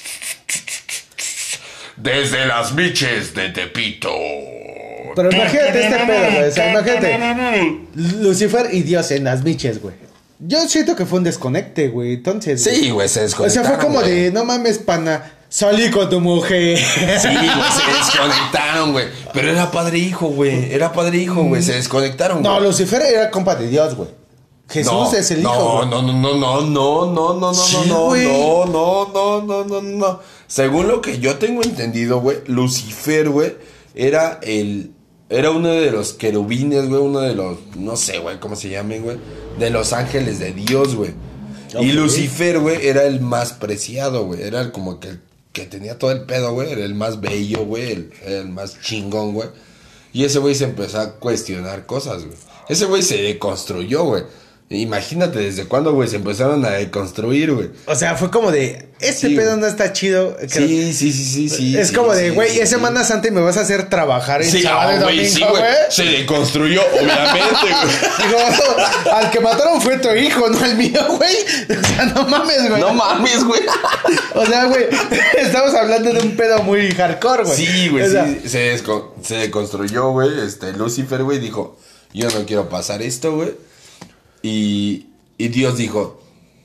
desde las miches de Tepito. Pero imagínate este pedo, güey. O sea, imagínate. Lucifer y Dios en las miches, güey. Yo siento que fue un desconecte, güey. Entonces. Sí, güey, se O sea, desconectaron. fue como güey. de, no mames, pana. Salí con tu mujer. Sí, güey, se desconectaron, güey. Pero era padre hijo, güey. Era padre hijo, güey. Se desconectaron, No, güey. Lucifer era compa de Dios, güey. Jesús No, es el hijo, no, güey. no, no, no, no, no, no, no, no, Sí, no, güey. no, no, no, no, no, no. Según lo que yo tengo entendido, güey, Lucifer, güey, era el, era uno de los querubines, güey, uno de los, no sé, güey, cómo se llamen, güey, de los ángeles de Dios, güey. Ok. Y Lucifer, güey, era el más preciado, güey, era el como que el que tenía todo el pedo, güey, era el más bello, güey, el, era el más chingón, güey. Y ese güey se empezó a cuestionar cosas, güey. Ese güey se deconstruyó, güey. Imagínate desde cuándo, güey, se empezaron a deconstruir, güey. O sea, fue como de, este Sí, pedo güey. no está chido. que- Sí, sí, sí, sí, sí. Es sí, como de, sí, güey, sí, es sí. Semana Santa y me vas a hacer trabajar en Sí, sábado y ah, güey, domingo, sí, güey. güey. Se deconstruyó, obviamente, güey. Digo, al que mataron fue tu hijo, no el mío, güey. O sea, no mames, güey. No mames, güey. O sea, güey, estamos hablando de un pedo muy hardcore, güey. Sí, güey, O sea, sí. Se, desco- se deconstruyó, güey. Este, Lucifer, güey, dijo, yo no quiero pasar esto, güey. Y, y Dios dijo,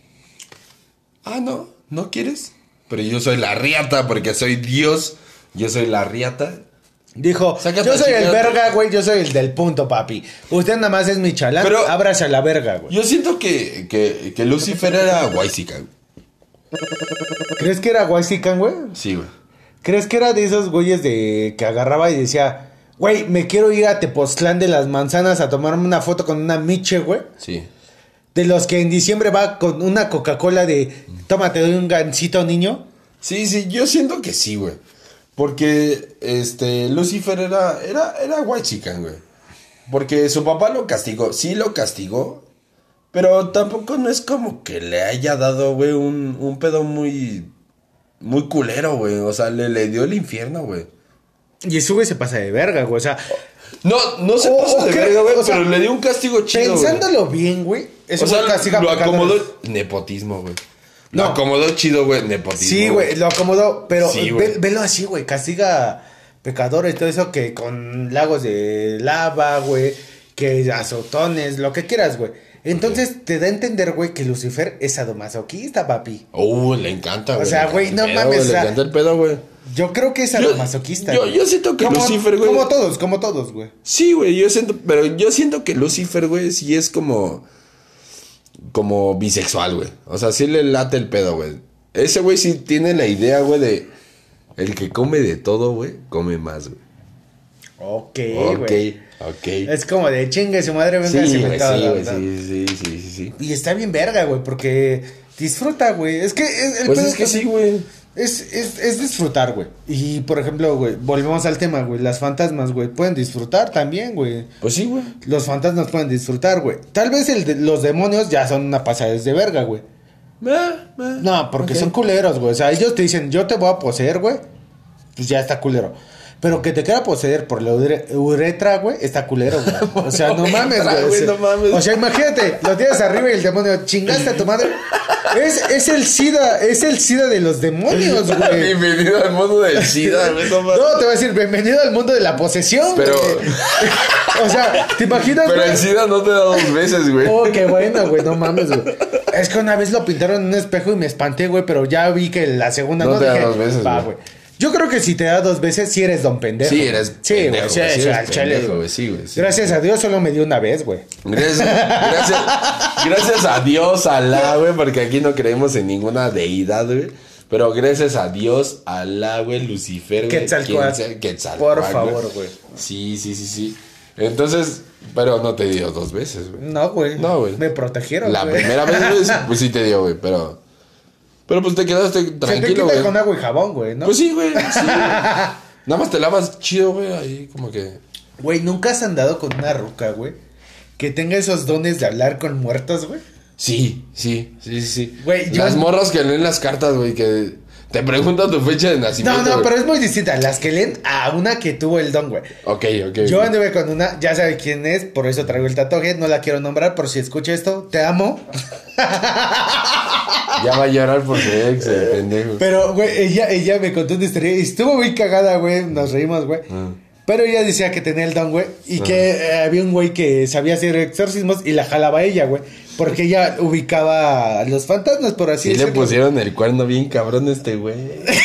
ah, no, ¿no quieres? Pero yo soy la riata porque soy Dios. Yo soy la riata. Dijo, Sácate yo a soy el chingar. verga, güey, yo soy el del punto, papi. Usted nada más es mi chalán, Pero- ábrase a la verga, güey. Yo siento que, que, que Lucifer era guaysica. ¿Crees que era Waxican, güey? Sí, güey. ¿Crees que era de esos güeyes de que agarraba y decía, güey, me quiero ir a Tepoztlán de las Manzanas a tomarme una foto con una miche, güey? Sí. De los que en diciembre va con una Coca-Cola de, tómate, doy un gancito, niño. Sí, sí, yo siento que sí, güey. Porque, este, Lucifer era, era, era white chican, güey. Porque su papá lo castigó, sí lo castigó, Pero tampoco no es como que le haya dado, güey, un, un pedo muy... Muy culero, güey. O sea, le, le dio el infierno, güey. Y eso, güey, se pasa de verga, güey. O sea... No, no se o, pasa de okay, verga, güey, o sea, pero le dio un castigo chido, pensándolo güey. bien, güey. O sea, lo acomodó... Nepotismo, güey. Lo no. acomodó chido, güey. Nepotismo. Sí, güey, lo acomodó. Pero sí, ve, velo así, güey. Castiga pecadores, todo eso que con lagos de lava, güey. Que azotones, lo que quieras, güey. Entonces okay. te da a entender, güey, que Lucifer es sadomasoquista, papi. Uh, le encanta, güey. O sea, güey, no pedo, mames. Wey, le encanta el pedo, güey. Yo creo que es sadomasoquista. Yo, yo, yo siento que como, Lucifer, güey. Como todos, como todos, güey. Sí, güey, yo siento, pero yo siento que Lucifer, güey, sí es como. Como bisexual, güey. O sea, sí le late el pedo, güey. Ese güey sí tiene la idea, güey, de. El que come de todo, güey, come más, güey. Ok, güey. Ok. Okay. Es como de chingue su madre, venga, sí, se güey, inventado, sí, la güey, sí, sí, sí, sí, sí. Y está bien verga, güey, porque disfruta, güey. Es que es, el pues pedo es que sí, güey. Es, es, es disfrutar, güey. Y por ejemplo, güey, volvemos al tema, güey. Las fantasmas, güey, pueden disfrutar también, güey. Pues sí, güey. Los fantasmas pueden disfrutar, güey. Tal vez el de, los demonios ya son una pasada de verga, güey. Ah, ah, no, porque okay. son culeros, güey. O sea, ellos te dicen, yo te voy a poseer, güey. Pues ya está culero. Pero que te quiera poseer por la ure uretra, güey, está culero, güey. O sea, no mames, güey. No mames. O sea, imagínate, lo tienes arriba y el demonio, chingaste a tu madre. Es, es el SIDA, es el SIDA de los demonios, güey. Bienvenido al mundo del SIDA, güey. No, no, te voy a decir, bienvenido al mundo de la posesión, pero... güey. O sea, ¿te imaginas, Pero güey? el SIDA no te da dos veces, güey. Oh, qué bueno, güey, no mames, güey. Es que una vez lo pintaron en un espejo y me espanté, güey, pero ya vi que la segunda no, no te dije, da dos veces, va, güey. Yo creo que si te da dos veces, sí eres don pendejo. Sí, eres sí, pendejo. Sí, güey, sí, eres sí, pendejo, güey. Sí, güey. Sí, gracias sí. a Dios solo me dio una vez, güey. Gracias, gracias, gracias a Dios, Alá, güey, porque aquí no creemos en ninguna deidad, güey. Pero gracias a Dios, Alá, güey, Lucifer, güey. Quetzalcóatl. Quetzalcóatl. Por favor, güey. Sí, sí, sí, sí. Entonces, pero no te dio dos veces, güey. No, güey. No, güey. Me protegieron, La güey. primera vez, güey, pues sí te dio, güey, pero... Pero pues te quedaste tranquilo, güey. con agua y jabón, güey, ¿no? Pues sí, güey. Sí, nada más te lavas chido, güey, ahí como que... Güey, ¿nunca has andado con una ruca, güey? Que tenga esos dones de hablar con muertos, güey. Sí, sí, sí, sí. Güey, las yo... morras que leen las cartas, güey, que te preguntan tu fecha de nacimiento. No, no, wey. pero es muy distinta. Las que leen a una que tuvo el don, güey. Ok, ok. Yo okay. anduve con una, ya sabe quién es, por eso traigo el tatuaje. No la quiero nombrar, por si escucha esto, te amo. Ya va a llorar por su ex, el pendejo. Pero, güey, ella, ella me contó una historia y estuvo muy cagada, güey. Nos reímos, güey. Ah. Pero ella decía que tenía el don, güey. Y ah. que eh, había un güey que sabía hacer exorcismos y la jalaba a ella, güey. Porque ella ubicaba a los fantasmas, por así sí decirlo. Sí le pusieron el cuerno bien cabrón a este güey.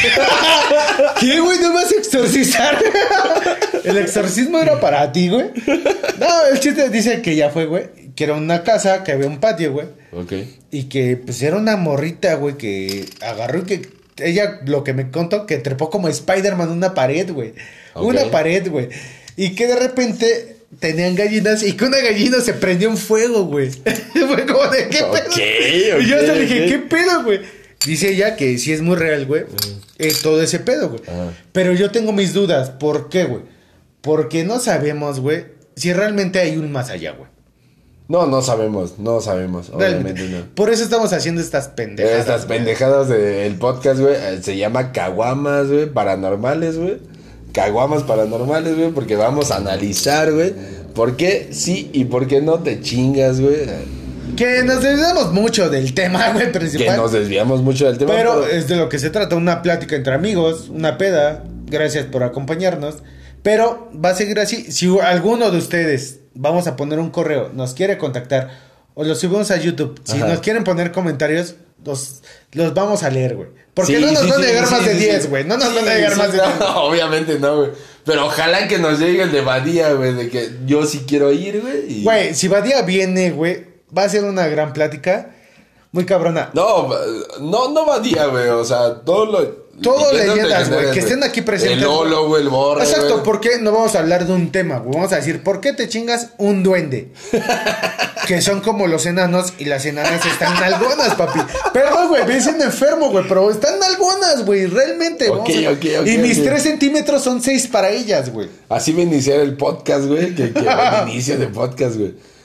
¿Qué, güey? ¿No vas a exorcizar? El exorcismo era para ti, güey. No, el chiste dice que ya fue, güey. Que era una casa, que había un patio, güey. Ok. Y que, pues, era una morrita, güey, que agarró y que... Ella, lo que me contó, que trepó como Spider-Man una pared, güey. Okay. Una pared, güey. Y que de repente... Tenían gallinas y que una gallina se prendió en fuego, güey. Fue como de, ¿qué pedo? Okay, okay, y yo hasta le dije, okay. ¿qué pedo, güey? Dice ella que sí es muy real, güey. Uh-huh. eh, todo ese pedo, güey. Uh-huh. Pero yo tengo mis dudas. ¿Por qué, güey? Porque no sabemos, güey, si realmente hay un más allá, güey. No, no sabemos, no sabemos, obviamente no. Por eso estamos haciendo estas pendejadas. Estas pendejadas del podcast, güey. Se llama Caguamas, güey, paranormales, güey. Caguamas paranormales, güey, porque vamos a analizar, güey, por qué sí y por qué no te chingas, güey. Que nos desviamos mucho del tema, güey, principal. Que nos desviamos mucho del tema. Pero, pero es de lo que se trata, una plática entre amigos, una peda. Gracias por acompañarnos. Pero va a seguir así. Si alguno de ustedes, vamos a poner un correo, nos quiere contactar o lo subimos a YouTube. Si Ajá. nos quieren poner comentarios, los, los vamos a leer, güey. Porque sí, no nos sí, van a llegar sí, más sí, de diez, güey. Sí. No nos sí, van a llegar sí, más de diez. No, obviamente no, güey. Pero ojalá que nos llegue el de Badía, güey. De que yo sí quiero ir, güey. Güey, y... si Badía viene, güey, va a ser una gran plática. Muy cabrona. No, no, no Badía, güey. O sea, todo lo... Todo leyendas, güey, que estén aquí presentes. El Lolo, güey, el Borre. Exacto, güey. ¿por qué no vamos a hablar de un tema, güey? Vamos a decir, ¿por qué te chingas un duende? Que son como los enanos y las enanas están nalgonas, papi. Perdón, güey, me dicen enfermo, güey, pero están nalgonas, güey, realmente. Ok, vamos a... ok, ok. Y mis okay. tres centímetros son seis para ellas, güey. Así va a iniciar el podcast, güey, que, que el inicio de podcast, güey.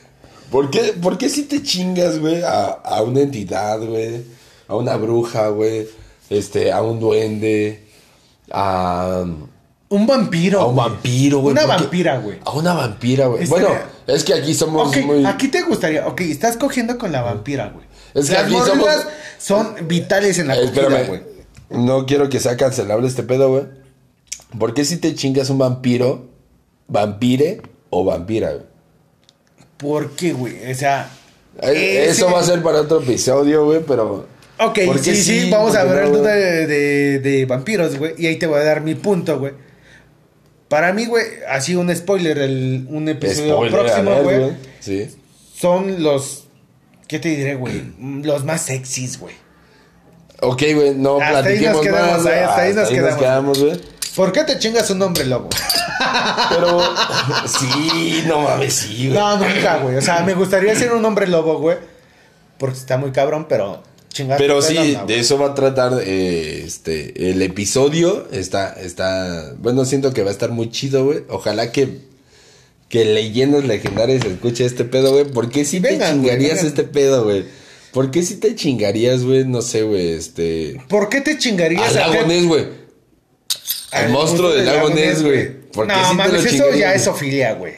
¿Por qué, ¿Por qué si te chingas, güey, a, a una entidad, güey? A una bruja, güey. Este, a un duende. A... Un vampiro. A un vampiro, güey. Una vampira, güey. A una vampira, güey. Este, bueno, es que aquí somos okay, muy... aquí te gustaría... Ok, estás cogiendo con la vampira, güey. Es que Las aquí mordidas somos... son vitales en la eh, cogida, güey. No quiero que sea cancelable este pedo, güey. ¿Por qué si te chingas un vampiro, vampire o vampira, güey? ¿Por qué, güey? O sea... Eh, ese... Eso va a ser para otro episodio, güey, pero... Ok, sí, sí, sí, vamos a hablar no, de, de, de vampiros, güey. Y ahí te voy a dar mi punto, güey. Para mí, güey, así un spoiler, el, un episodio spoiler, próximo, güey. Sí. Son los, ¿qué te diré, güey? Los más sexys, güey. Ok, güey, no hasta platiquemos ahí nos quedamos, más. Ahí, hasta hasta ahí nos ahí quedamos. Nos quedamos, güey. ¿Por qué te chingas un hombre lobo? Pero, sí, no mames, sí, güey. No, nunca, güey. O sea, me gustaría ser un hombre lobo, güey. Porque está muy cabrón, pero... Pero sí, no, de eso va a tratar eh, este el episodio. Está, está, bueno, siento que va a estar muy chido, güey. Ojalá que, que Leyendas Legendarias escuche este pedo, güey. ¿Por qué si te chingarías wey, este pedo, güey? ¿Por qué si te chingarías, güey? No sé, güey, este... ¿Por qué te chingarías? Al lago Ness, güey. Al monstruo del lago Ness, güey. No, si mames, eso ya es ofilia, güey.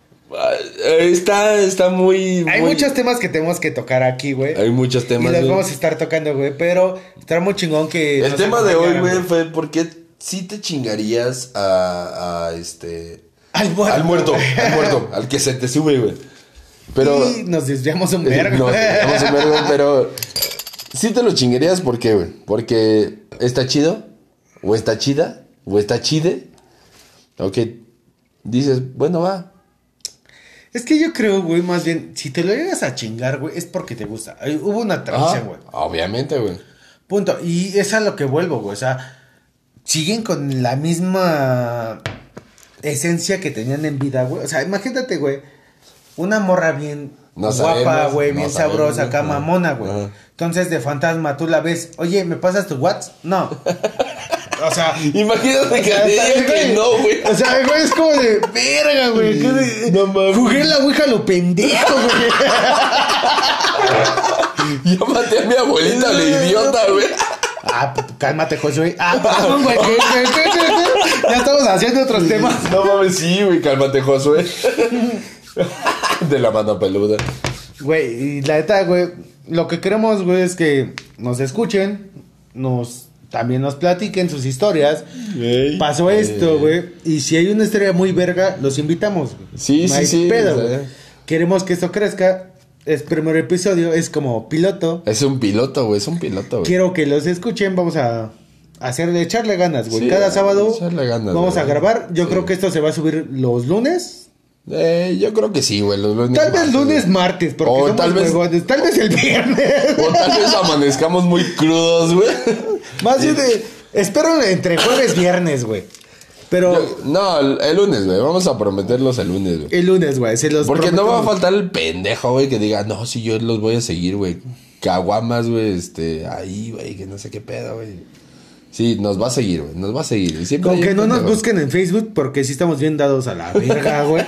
Está, está muy... Hay muy... muchos temas que tenemos que tocar aquí, güey. Hay muchos temas, y los güey. vamos a estar tocando, güey. Pero está muy chingón que... El tema de hoy, güey, fue ¿por qué si te chingarías a, a este... Al muerto. Al muerto, al muerto, al que se te sube, güey. Pero... Y nos desviamos un vergo. Nos desviamos un vergo, pero... Si te lo chingarías, ¿por qué, güey? Porque está chido, o está chida, o está chide. Ok, dices, bueno, va. Es que yo creo, güey, más bien, si te lo llegas a chingar, güey, es porque te gusta. Hubo una tradición, güey. Obviamente, güey. Punto. Y es a lo que vuelvo, güey. O sea, siguen con la misma esencia que tenían en vida, güey. O sea, imagínate, güey, una morra bien no guapa, güey, no bien sabemos, sabrosa, acá, no. mamona, güey. Uh-huh. Entonces, de fantasma, tú la ves, oye, ¿me pasas tu WhatsApp? No. O sea, imagínate que te digan que no, güey. O sea, güey, es como de verga, güey. No mames. Jugué la ouija lo pendejo, güey. Llámate a mi abuelita, la idiota, güey. Ah, cálmate, Josué. Ah, perdón, güey. Ya estamos haciendo otros temas. No mames, sí, güey, cálmate, Josué. De la mano peluda. Güey, y la neta, güey, lo que queremos, güey, es que nos escuchen, nos... También nos platiquen sus historias. Hey, Pasó hey. esto, güey. Y si hay una historia muy verga, los invitamos. Güey. Sí, no sí, sí. Pedo, güey. Queremos que esto crezca. Es primer episodio, es como piloto. Es un piloto, güey. Es un piloto, güey. Quiero que los escuchen. Vamos a hacerle, echarle ganas, güey. Sí, Cada sábado ganas, vamos güey. a grabar. Yo sí. creo que esto se va a subir los lunes. Eh, yo creo que sí, güey. Los lunes. Tal vez martes, lunes, martes. Porque o somos tal vez, huevones. Tal vez el viernes. O tal vez amanezcamos muy crudos, güey. Más bien de. Espero entre jueves y viernes, güey. Pero... Yo, no, el, el lunes, güey. Vamos a prometerlos el lunes, güey. El lunes, güey. Se los Porque prometemos. no va a faltar el pendejo, güey, que diga, no, si yo los voy a seguir, güey. Caguamas, güey, este... Ahí, güey, que no sé qué pedo, güey. Sí, nos va a seguir, güey. Nos va a seguir. Siempre Con que no nos busquen en Facebook, porque sí estamos bien dados a la verga, güey.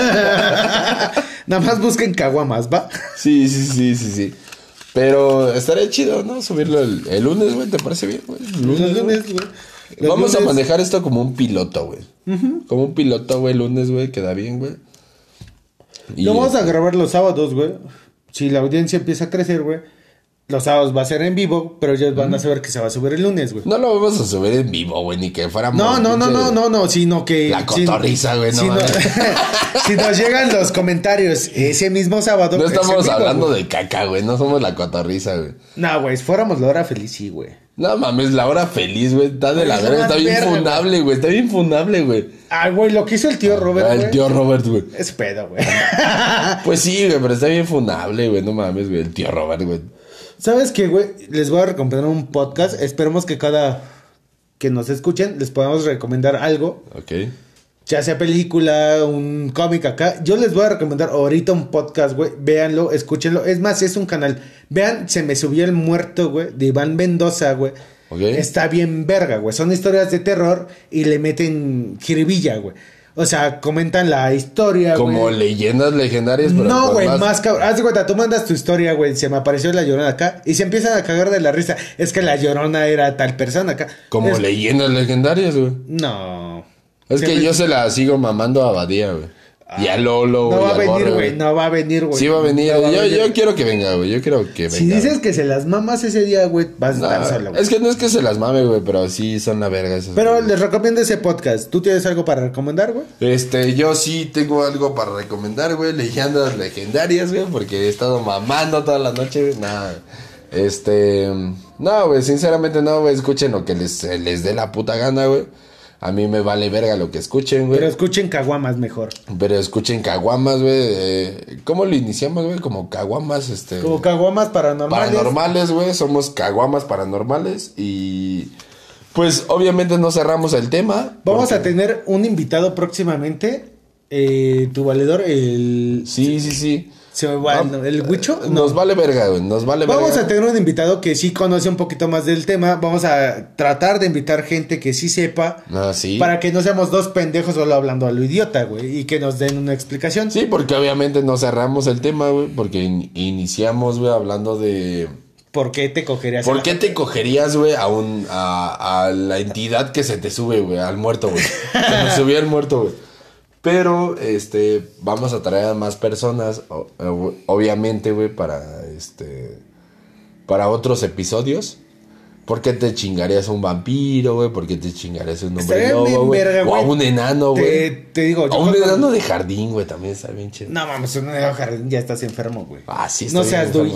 Nada más busquen caguamas, ¿va? Sí, sí, sí, sí, sí. Pero estaría chido, ¿no? Subirlo el, el lunes, güey. ¿Te parece bien, güey? El lunes, lunes, güey. Vamos lunes... a manejar esto como un piloto, güey. Uh-huh. Como un piloto, güey, lunes, güey. Queda bien, güey. Y lo vamos a grabar los sábados, güey. Si la audiencia empieza a crecer, güey. Los sábados va a ser en vivo, pero ellos van uh-huh. a saber que se va a subir el lunes, güey. No lo vamos a subir en vivo, güey, ni que fuéramos... No, no, no, no, no, no, sino que... La cotorriza, güey, si, no, si, no si nos llegan los comentarios ese mismo sábado... No estamos vivo, hablando güey. de caca, güey, no somos la cotorriza, güey. No, güey, si fuéramos la hora feliz, sí, güey. No mames, la hora feliz, güey, está de la verga, está bien fundable, güey, está bien fundable, güey. Ah, güey, lo que hizo el tío Robert, güey. Ah, el tío Robert, güey. Es pedo, güey. Pues sí, güey, pero está bien fundable, güey, no mames, güey, el tío Robert, güey. ¿Sabes qué, güey? Les voy a recomendar un podcast. Esperemos que cada que nos escuchen les podamos recomendar algo. Ok. Ya sea película, un cómic acá. Yo les voy a recomendar ahorita un podcast, güey. Véanlo, escúchenlo. Es más, es un canal. Vean, Se me subió el muerto, güey, de Iván Mendoza, güey. Okay. Está bien verga, güey. Son historias de terror y le meten jiribilla, güey. O sea, comentan la historia, güey. Como leyendas legendarias, pero no, güey, más... más cabrón. Haz de cuenta, tú mandas tu historia, güey. Se me apareció la Llorona acá. Y se empiezan a cagar de la risa. Es que la Llorona era tal persona acá. Como es... leyendas legendarias, güey. No. Es Siempre... que yo se la sigo mamando a Badía, güey. Y a Lolo, güey. No va a venir, güey. No va a venir, güey. Sí va a venir. No va yo, a venir. yo quiero que venga, güey. Yo quiero que venga. Si dices que se las mamas ese día, güey, vas no, a estar solo, güey. Es que no es que se las mame, güey, pero sí son la verga esas. Pero güey. les recomiendo ese podcast. ¿Tú tienes algo para recomendar, güey? Este, yo sí tengo algo para recomendar, güey. Leyendas legendarias, güey, porque he estado mamando toda la noche, güey. Nada. Este, no, güey, sinceramente no, güey. Escuchen lo que les, les dé la puta gana, güey. A mí me vale verga lo que escuchen, güey. Pero escuchen caguamas mejor. Pero escuchen caguamas, güey. Eh, ¿Cómo lo iniciamos, güey? Como caguamas, este... Como caguamas paranormales. Paranormales, güey. Somos caguamas paranormales. Y... Pues, obviamente no cerramos el tema. Vamos porque... a tener un invitado próximamente. Eh, tu valedor, el... Sí, sí, sí. ¿Se va el, el Huicho? No. Nos vale verga, güey. Nos vale verga. Vamos a tener un invitado que sí conoce un poquito más del tema. Vamos a tratar de invitar gente que sí sepa. Ah, sí. Para que no seamos dos pendejos solo hablando a lo idiota, güey. Y que nos den una explicación. Sí, porque obviamente no cerramos el tema, güey. Porque in- iniciamos, güey, hablando de... ¿Por qué te cogerías? ¿Por qué te cogerías, güey, a un... A, a la entidad que se te sube, güey? Al muerto, güey. Se me subía el muerto, güey. Pero, este, vamos a traer a más personas, o, o, obviamente, güey, para, este, para otros episodios. ¿Por qué te chingarías a un vampiro, güey? ¿Por qué te chingarías a un hombre lobo, güey? O a un enano, güey. Te, te digo, yo... A un enano de jardín, güey, también está bien chido. No, mames, un enano de jardín ya estás enfermo, güey. Ah, sí, no seas Dui.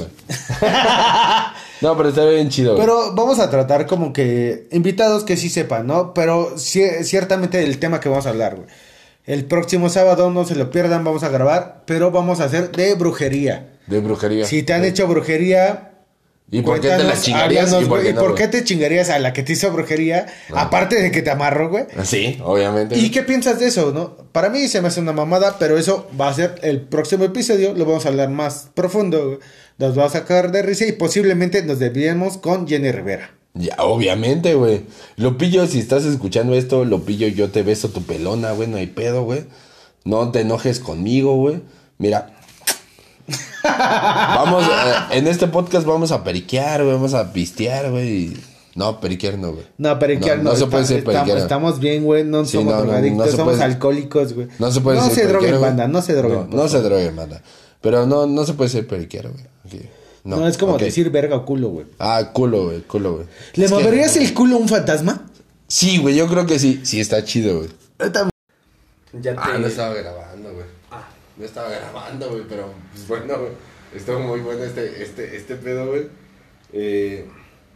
No, pero está bien chido, güey. Pero vamos a tratar como que invitados que sí sepan, ¿no? Pero ci- ciertamente el tema que vamos a hablar, güey. El próximo sábado, no se lo pierdan, vamos a grabar, pero vamos a hacer de brujería. De brujería. Si te han sí. hecho brujería... ¿Y por qué te la chingarías? Háblanos, ¿Y por qué, ¿y no, por qué te chingarías a la que te hizo brujería? No. Aparte de que te amarró, güey. Sí, obviamente. ¿Y qué piensas de eso, no? Para mí se me hace una mamada, pero eso va a ser el próximo episodio. Lo vamos a hablar más profundo, güey. Nos va a sacar de risa y posiblemente nos desviemos con Jenny Rivera. Ya, obviamente, güey. Lopillo, si estás escuchando esto, Lopillo, yo te beso tu pelona, güey, no hay pedo, güey. No te enojes conmigo, güey. Mira. Vamos, eh, en este podcast vamos a periquear, güey, vamos a pistear, güey. No, periquear no, güey. No, periquear no. No, no se puede está, ser periquear. Estamos, estamos bien, güey, no sí, somos no, drogadictos, no, no somos puede... alcohólicos, güey. No se puede no ser se droguen, periquero, banda, no se droguen. No, no se droguen, banda. Pero no, no se puede ser periquero, güey. Okay. No, no, es como okay. decir verga o culo, güey. Ah, culo, güey, culo, güey. ¿Le es moverías que... el culo a un fantasma? Sí, güey, yo creo que sí. Sí, está chido, güey. Ya te... Ah, no estaba grabando, güey. Ah. No estaba grabando, güey, pero pues bueno, güey. Estuvo muy bueno este, este, este pedo, güey. Eh,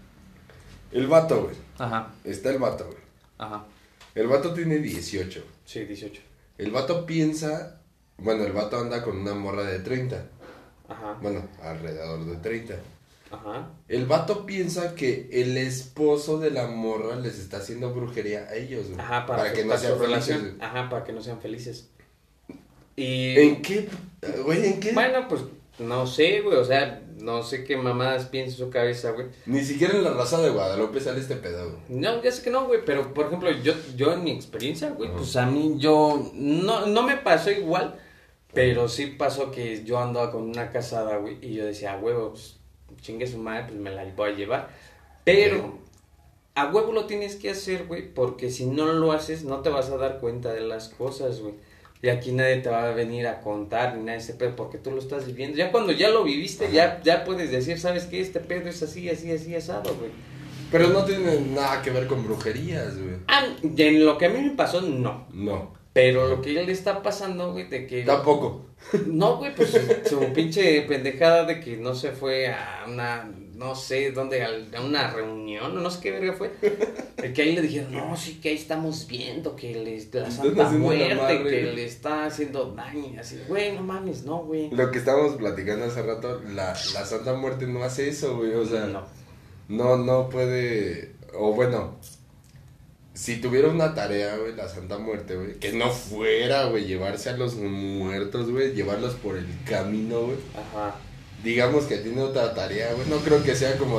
el vato, güey. Ajá. Está el vato, güey. Ajá. El vato tiene dieciocho. Sí, dieciocho. El vato piensa... Bueno, el vato anda con una morra de treinta. Ajá. Bueno, alrededor de treinta. Ajá. El vato piensa que el esposo de la morra les está haciendo brujería a ellos, güey. Ajá, para, para que, que para no sean su relación. felices. Ajá, para que no sean felices. Y... ¿En qué? Güey, ¿en qué? Bueno, pues no sé, güey, o sea, no sé qué mamadas piensa su cabeza, güey. Ni siquiera en la raza de Guadalupe sale este pedo, güey. No, ya sé que no, güey, pero por ejemplo, yo, yo en mi experiencia, güey, uh-huh. pues a mí yo, no, no me pasó igual, pero sí pasó que yo andaba con una casada, güey, y yo decía, a huevo, pues chingue su madre, pues me la voy a llevar. Pero uh-huh. a huevo lo tienes que hacer, güey, porque si no lo haces, no te vas a dar cuenta de las cosas, güey. Y aquí nadie te va a venir a contar ni nada de ese pedo porque tú lo estás viviendo. Ya cuando ya lo viviste, ya, ya puedes decir, ¿sabes qué? Este pedo es así, así, así, asado, güey. Pero no tiene nada que ver con brujerías, güey. Ah, en lo que a mí me pasó, no. No. Pero lo que a él le está pasando, güey, de que... Tampoco. No, güey, pues su pinche pendejada de que no se fue a una... No sé dónde, a una reunión, no sé qué verga fue. El que ahí le dijeron, no, sí, que ahí estamos viendo que le, la Santa Muerte, que le está haciendo daño. Así, güey, no mames, no, güey. Lo que estábamos platicando hace rato, la, la Santa Muerte no hace eso, güey. O sea, no. no, no puede. O bueno, si tuviera una tarea, güey, la Santa Muerte, güey, que no fuera, güey, llevarse a los muertos, güey, llevarlos por el camino, güey. Ajá. Digamos que tiene otra tarea, güey. No creo que sea como de,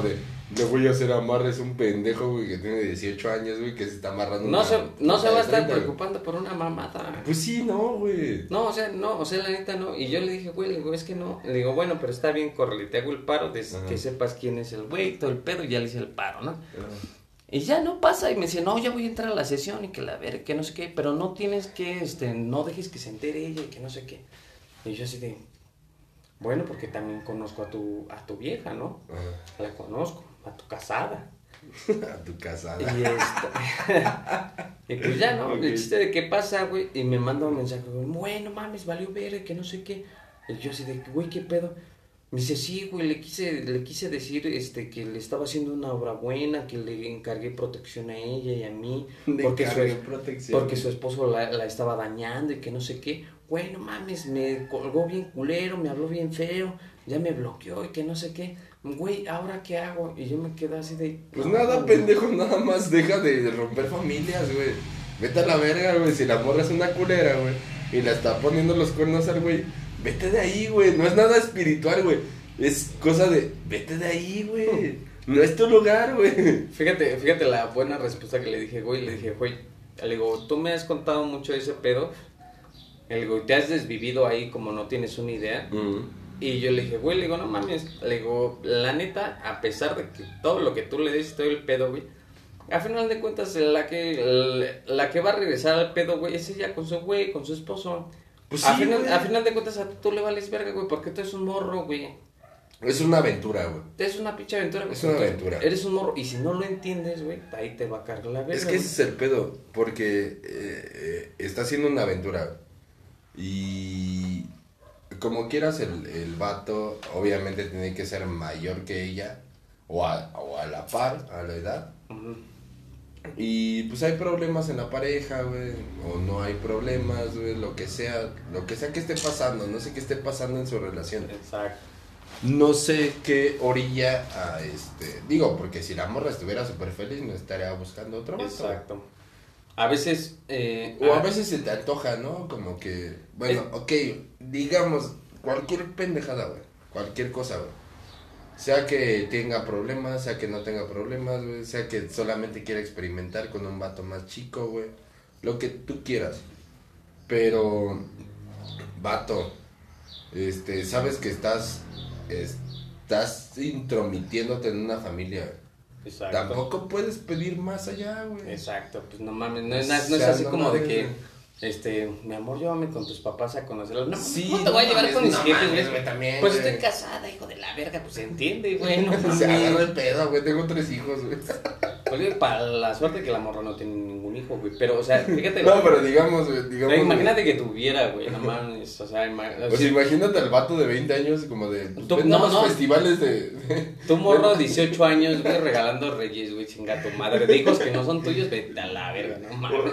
Le voy a hacer amarres a un pendejo, güey, que tiene dieciocho años, güey, que se está amarrando. No una, se, no se va a estar treinta, preocupando por una mamada. Pues sí, no, güey. No, o sea, no, o sea, la neta no. Y yo le dije, güey, le digo, es que no. Le digo, bueno, pero está bien, córrele, te hago el paro de Ajá. que sepas quién es el güey, todo el pedo, y ya le hice el paro, ¿no? Ajá. Y ya no pasa, y me dice, no, ya voy a entrar a la sesión, y que la ver, que no sé qué, pero no tienes que, este, no dejes que se entere ella, y que no sé qué. Y yo así de, bueno, porque también conozco a tu, a tu vieja, ¿no? Ajá. La conozco, a tu casada. A tu casada. Y, esta... y pues ya, ¿no? Okay. El chiste de qué pasa, güey. Y me manda un mensaje, güey, bueno, mames, valió ver, que no sé qué. Y yo así de, güey, ¿qué pedo? Me dice, sí, güey, le quise, le quise decir este, que le estaba haciendo una obra buena, que le encargué protección a ella y a mí. Porque su, porque su esposo la, la estaba dañando y que no sé qué. Güey, no mames, me colgó bien culero, me habló bien feo, ya me bloqueó y que no sé qué. Güey, ¿ahora qué hago? Y yo me quedo así de... Pues no, nada, no, pendejo, nada más deja de romper familias, güey. Vete a la verga, güey, si la morra es una culera, güey, y la está poniendo los cuernos al güey, vete de ahí, güey, no es nada espiritual, güey, es cosa de, vete de ahí, güey, no es tu lugar, güey. Fíjate, fíjate la buena respuesta que le dije, güey, le dije, güey, le digo, tú me has contado mucho de ese pedo, le digo, te has desvivido ahí como no tienes una idea, uh-huh. Y yo le dije, güey, le digo, no mames, le digo, la neta, a pesar de que todo lo que tú le des, todo el pedo, güey, a final de cuentas, la que la, la que va a regresar al pedo, güey, es ella con su güey, con su esposo. Pues a, sí, final, a final de cuentas, a tú le vales verga, güey, porque tú eres un morro, güey. Es una aventura, güey. Es una pinche aventura, güey. Es una aventura. Eres un morro, y si no lo entiendes, güey, ahí te va a cargar la verga. Es que ese es el pedo, porque eh, eh, está haciendo una aventura, y... Como quieras, el, el vato obviamente tiene que ser mayor que ella, o a, o a la par, a la edad. Uh-huh. Y pues hay problemas en la pareja, güey, o no hay problemas, güey, lo que sea, lo que sea que esté pasando, no sé qué esté pasando en su relación. Exacto. No sé qué orilla a este, digo, porque si la morra estuviera súper feliz, no estaría buscando otro vato. Exacto. A veces... Eh, o a veces se te antoja, ¿no? Como que... Bueno, es... ok, digamos, cualquier pendejada, güey. Cualquier cosa, güey. Sea que tenga problemas, sea que no tenga problemas, güey. Sea que solamente quiera experimentar con un vato más chico, güey. Lo que tú quieras. Pero... Vato. Este, sabes que estás... Estás intrometiéndote en una familia, güey. Exacto. Tampoco puedes pedir más allá, güey. Exacto, pues no mames, no es, no, no es así no como mames, de que, este, mi amor, llévame con tus papás a conocerlos. No, sí, no te voy a llevar mames, con mis no jefes, güey. También, pues güey. Estoy casada, hijo de la verga, pues se entiende, güey. No, se agarra el pedo, güey, tengo tres hijos, güey. Oye, para la suerte que la morra no tiene ningún hijo, güey, pero, o sea, fíjate. No, pero digamos, güey, digamos. No, imagínate que tuviera, güey, no mames, o sea, imagínate. O sea, imagínate al vato de veinte años como de, pues, tú, no, no, festivales de... Tu morro, dieciocho años, güey, regalando reyes, güey, chinga tu madre, de hijos que no son tuyos, vete a la verga, no mames.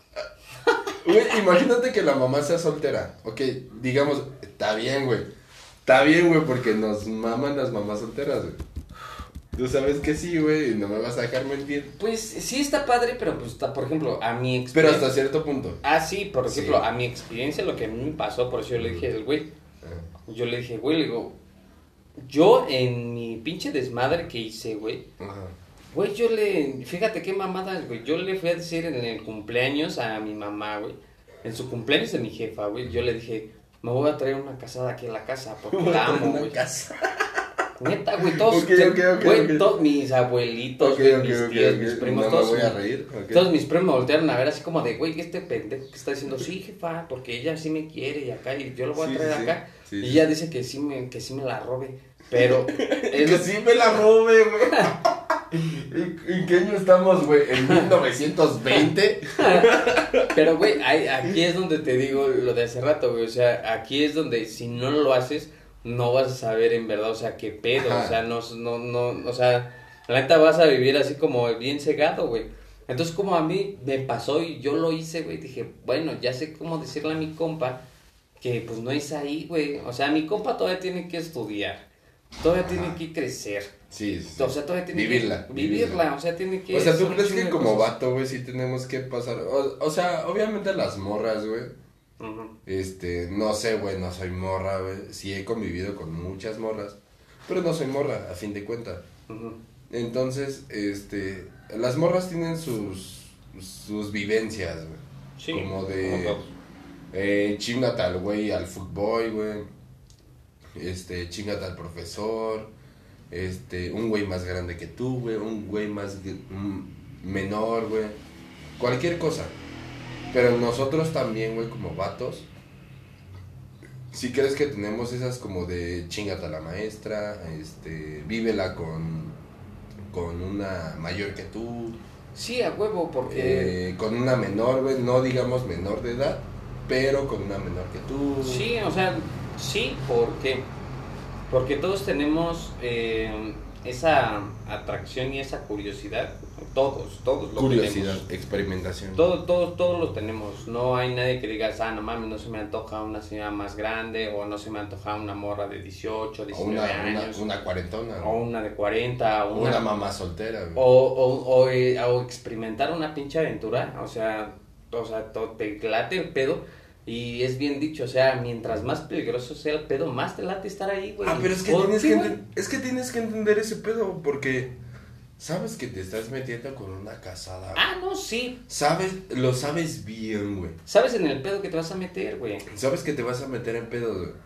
Güey, imagínate que la mamá sea soltera, ok, digamos, está bien, güey, está bien, güey, porque nos maman las mamás solteras, güey. Tú sabes que sí, güey, y no me vas a dejar mentir. Pues sí está padre, pero pues está, por ejemplo, a mi experiencia. Pero hasta cierto punto. Ah, sí, por ejemplo, sí. A mi experiencia, lo que a mí me pasó, por eso yo le dije al güey, uh-huh. Yo le dije, güey, le digo, yo en mi pinche desmadre que hice, güey, uh-huh. Güey, yo le, fíjate qué mamada, güey, yo le fui a decir en el cumpleaños a mi mamá, güey, en su cumpleaños de mi jefa, güey, yo le dije, me voy a traer una casada aquí a la casa, porque la amo, güey. Neta, güey, todos, okay, okay, okay, güey, okay. Todos mis abuelitos, okay, güey, okay, mis tíos, okay, mis okay. primos, no todos, me voy a reír. Okay. Todos mis primos me voltearon a ver así como de, güey, este pendejo que está diciendo, sí, jefa, porque ella sí me quiere y acá, y yo lo voy a traer sí, acá, sí, y sí. Ella dice que sí me, que sí me la robe, pero... es... que sí me la robe, güey. ¿En qué año estamos, güey? ¿En mil novecientos veinte? Pero, güey, aquí es donde te digo lo de hace rato, güey, o sea, aquí es donde si no lo haces... no vas a saber en verdad, o sea, qué pedo, ajá. O sea, no, no, no, o sea, la neta vas a vivir así como bien cegado, güey. Entonces, como a mí me pasó y yo lo hice, güey, dije, bueno, ya sé cómo decirle a mi compa que pues no es ahí, güey. O sea, mi compa todavía tiene que estudiar, todavía ajá. Tiene que crecer. Sí, sí. O sea, todavía tiene vivirla, que vivirla, vivirla, o sea, tiene que... O sea, ¿tú crees que como vato, güey, sí tenemos que pasar? O, o sea, obviamente las morras, güey. Uh-huh. Este, no sé, güey, no soy morra, güey. Sí he convivido con muchas morras, pero no soy morra, a fin de cuentas. Uh-huh. Entonces, este, las morras tienen sus, sus vivencias, güey. Sí. Como de, eh, chingate al güey, al fútbol, güey. Este, chingate al profesor. Este, un güey más grande que tú, güey. Un güey más un menor, güey. Cualquier cosa. Pero nosotros también, güey, como vatos, si crees que tenemos esas como de chingate a la maestra, este, vívela con, con una mayor que tú. Sí, a huevo, porque... Eh, con una menor, güey, no digamos menor de edad, pero con una menor que tú. Sí, o sea, sí, porque porque todos tenemos eh, esa atracción y esa curiosidad, todos, todos lo Curiosidad, tenemos. experimentación. Todos, todos, todos lo tenemos. No hay nadie que diga, ah, no mames, no se me antoja una señora más grande, o no se me antoja una morra de dieciocho, diecinueve o una, años. Una, una cuarentona. O una de cuarenta. O una, una mamá soltera, güey. O, o, o, eh, o experimentar una pinche aventura, o sea, o sea, te late el pedo. Y es bien dicho, o sea, mientras más peligroso sea el pedo, más te late estar ahí, güey. Ah, pero es que, tienes que, ent- es que tienes que entender ese pedo, porque sabes que te estás metiendo con una casada. Ah, no, sí. Sabes, lo sabes bien, güey. Sabes en el pedo que te vas a meter, güey. Sabes que te vas a meter en pedo, güey.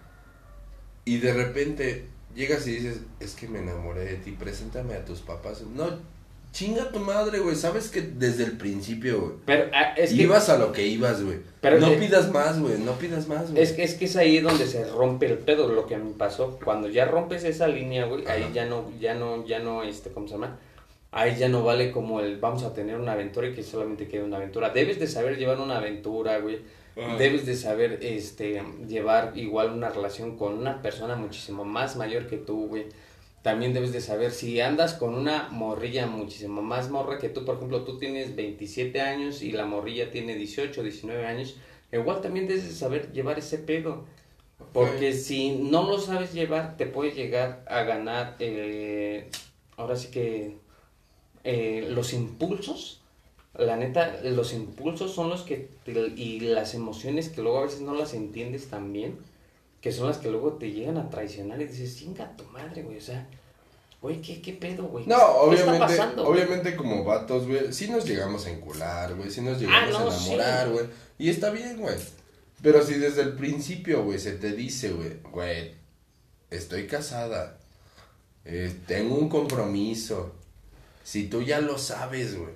Y de repente llegas y dices, es que me enamoré de ti, preséntame a tus papás. No, chinga tu madre, güey. Sabes que desde el principio, güey. Pero ah, es que ibas a lo que ibas, güey. Pero no que, pidas más, güey. No pidas más, güey. Es que, es que es ahí donde se rompe el pedo, lo que a mí pasó. Cuando ya rompes esa línea, güey, ahí ya no, ya no, ya no, este, ¿cómo se llama? Ahí ya no vale como el vamos a tener una aventura y que solamente quede una aventura. Debes de saber llevar una aventura, güey. Ah. Debes de saber, este, llevar igual una relación con una persona muchísimo más mayor que tú, güey. También debes de saber si andas con una morrilla muchísimo más morra que tú, por ejemplo, tú tienes veintisiete años y la morrilla tiene dieciocho, diecinueve años, igual también debes de saber llevar ese pedo. Porque okay. Si no lo sabes llevar, te puede llegar a ganar, eh, ahora sí que eh, los impulsos. La neta, los impulsos son los que, te, y las emociones que luego a veces no las entiendes tan bien, que son las que luego te llegan a traicionar y dices, chinga tu madre, güey, o sea, güey, ¿qué, qué pedo, güey? No, obviamente, obviamente como vatos, güey, sí nos llegamos a encular, güey, sí nos llegamos ah, no, a enamorar, güey, sí. Y está bien, güey, pero si desde el principio, güey, se te dice, güey, güey, estoy casada, eh, tengo un compromiso, si tú ya lo sabes, güey,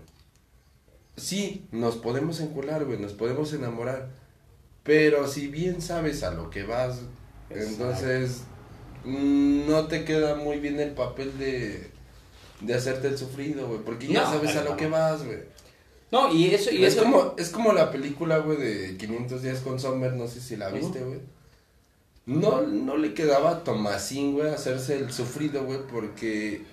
sí, nos podemos encular, güey, nos podemos enamorar, pero si bien sabes a lo que vas, exacto. Entonces no te queda muy bien el papel de, de hacerte el sufrido, güey, porque ya no, sabes a lo no. que vas, güey. No, y eso... Y es, eso... Como, es como la película, güey, de quinientos días con Summer, no sé si la viste, güey. Uh-huh. No, no le quedaba a Tomasín, güey, hacerse el sufrido, güey, porque...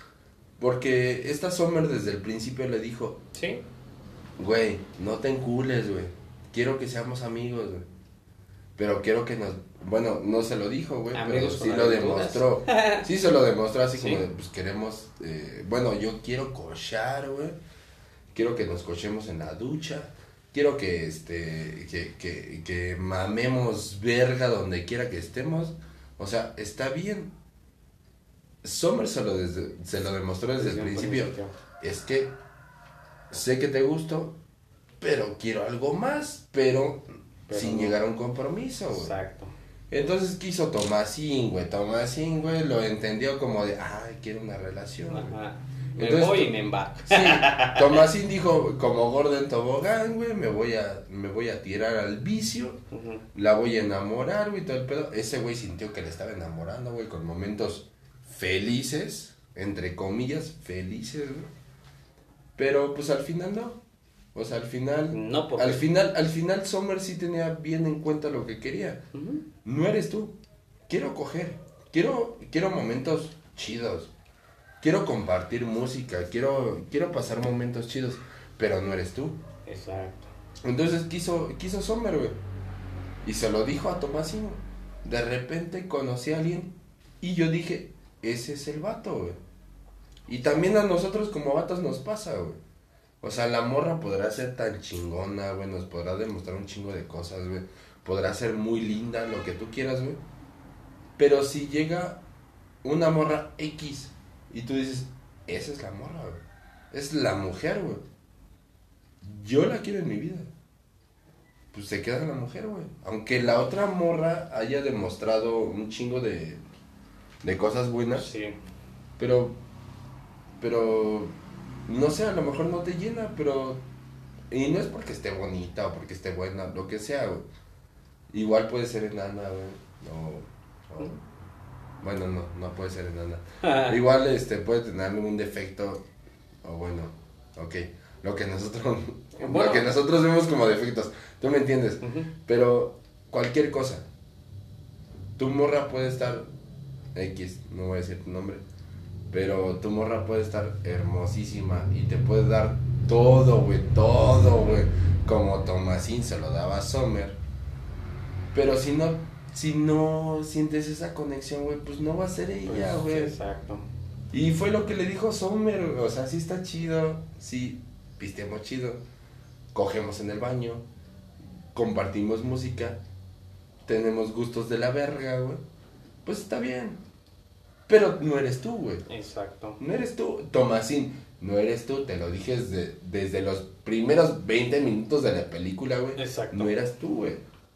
Porque esta Summer desde el principio le dijo... Sí. Güey, no te encules, güey. Quiero que seamos amigos, güey. Pero quiero que nos... Bueno, no se lo dijo, güey. Pero sí lo demostró. Sí se lo demostró así ¿sí? Como de, pues queremos... Eh, bueno, yo quiero cochar, güey. Quiero que nos cochemos en la ducha. Quiero que, este... Que, que, que mamemos verga donde quiera que estemos. O sea, está bien. Summer se lo, desde, se lo demostró desde, desde el principio. principio. Es que... Sé que te gusto, pero quiero algo más, pero, pero sin no. llegar a un compromiso, güey. Exacto. Entonces quiso Tomasín, güey. Tomasín, güey, lo entendió como de, ay, quiero una relación. Ajá. Me Entonces, voy y me embarco. Sí, Tomasín dijo, como Gordon Tobogán, güey, me voy a, me voy a tirar al vicio, uh-huh. La voy a enamorar, güey, todo el pedo. Ese güey sintió que le estaba enamorando, güey, con momentos felices, entre comillas, felices, güey. Pero pues al final no. O sea, al final. No, porque... Al final, al final Summer sí tenía bien en cuenta lo que quería. Uh-huh. No eres tú. Quiero coger. Quiero, quiero momentos chidos. Quiero compartir música. Quiero, quiero pasar momentos chidos. Pero no eres tú. Exacto. Entonces quiso, quiso Summer, güey. Y se lo dijo a Tomasín. De repente conocí a alguien. Y yo dije, ese es el vato, güey. Y también a nosotros como vatos nos pasa, güey. O sea, la morra podrá ser tan chingona, güey. Nos podrá demostrar un chingo de cosas, güey. Podrá ser muy linda, lo que tú quieras, güey. Pero si llega una morra X y tú dices, esa es la morra, güey. Es la mujer, güey. Yo la quiero en mi vida. Pues se queda la mujer, güey. Aunque la otra morra haya demostrado un chingo de, de cosas buenas. Sí. Pero, pero, no sé, a lo mejor no te llena, pero... Y no es porque esté bonita o porque esté buena, lo que sea, güey. Igual puede ser enana, güey. No, no. Bueno, no, no puede ser enana. Igual este puede tener algún defecto. O bueno, ok. Lo que nosotros bueno. Lo que nosotros vemos como defectos. Tú me entiendes. Uh-huh. Pero cualquier cosa. Tu morra puede estar X, no voy a decir tu nombre. Pero tu morra puede estar hermosísima y te puede dar todo, güey, todo, güey. Como Tomasín se lo daba a Sommer. Pero si no, si no sientes esa conexión, güey, pues no va a ser ella, güey. Pues, exacto. Y fue lo que le dijo Sommer, o sea, sí está chido, sí, pisteamos chido, cogemos en el baño, compartimos música, tenemos gustos de la verga, güey. Pues está bien. Pero no eres tú, güey. Exacto. No eres tú. Tomasín, no eres tú. Te lo dije desde, desde los primeros veinte minutos de la película, güey. Exacto. No eras tú, güey.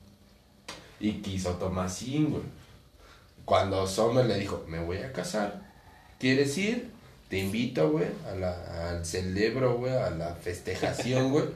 Y quiso Tomasín, güey. Cuando Sommer le dijo, me voy a casar, ¿quieres ir? Te invito, güey, a la, al celebro, güey, a la festejación, güey.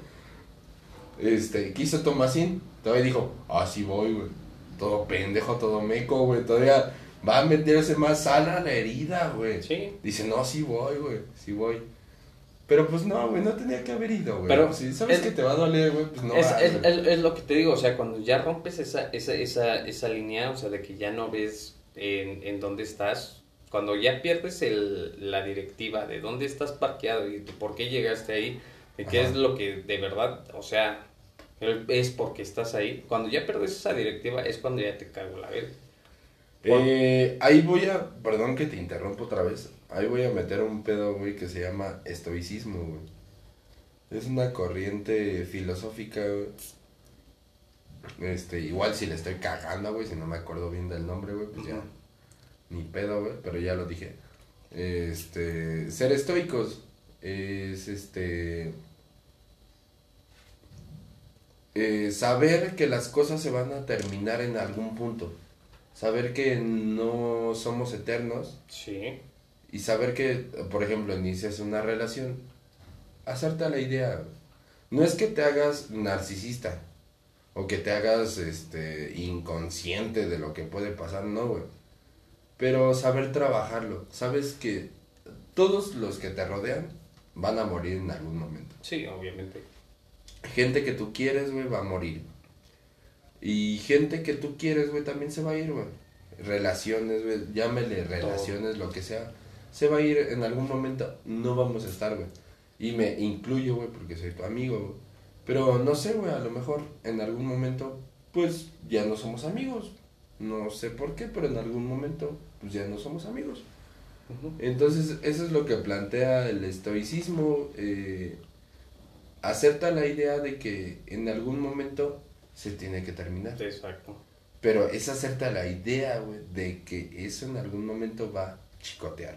Este, quiso Tomasín. Todavía dijo, ah, sí voy, güey. Todo pendejo, todo meco, güey. Todavía... va a meterse más sal a la herida, güey. Sí. Dice, no, sí voy, güey, sí voy. Pero pues no, güey, no tenía que haber ido, güey. Pero si sabes es, que te va a doler, güey, pues no es, va, es, es, es lo que te digo, o sea, cuando ya rompes esa, esa, esa, esa línea, o sea, de que ya no ves en, en dónde estás, cuando ya pierdes el, la directiva de dónde estás parqueado y de por qué llegaste ahí, de qué Ajá. es lo que de verdad, o sea, es porque estás ahí. Cuando ya pierdes esa directiva es cuando ya te cago la verga. Eh, ahí voy a, perdón que te interrumpo otra vez, ahí voy a meter un pedo, güey, que se llama estoicismo, güey. Es una corriente filosófica, güey. Este, igual si le estoy cagando, güey, si no me acuerdo bien del nombre, güey, pues ya, ni pedo, güey, pero ya lo dije. Este, ser estoicos es, este, eh, saber que las cosas se van a terminar en algún punto. Saber que no somos eternos. Sí. Y saber que, por ejemplo, inicias una relación. Hacerte a la idea. No es que te hagas narcisista. O que te hagas este inconsciente de lo que puede pasar. No, güey. Pero saber trabajarlo. Sabes que todos los que te rodean van a morir en algún momento. Sí, obviamente. Gente que tú quieres, güey, va a morir. Y gente que tú quieres, güey, también se va a ir, güey. Relaciones, güey, llámele relaciones, Todo. Lo que sea. Se va a ir en algún momento, no vamos a estar, güey. Y me incluyo, güey, porque soy tu amigo, güey. Pero no sé, güey, a lo mejor en algún momento, pues ya no somos amigos. No sé por qué, pero en algún momento, pues ya no somos amigos. Uh-huh. Entonces, eso es lo que plantea el estoicismo. Eh, acepta la idea de que en algún momento se tiene que terminar. Exacto. Pero es hacerte la idea, güey, de que eso en algún momento va a chicotear.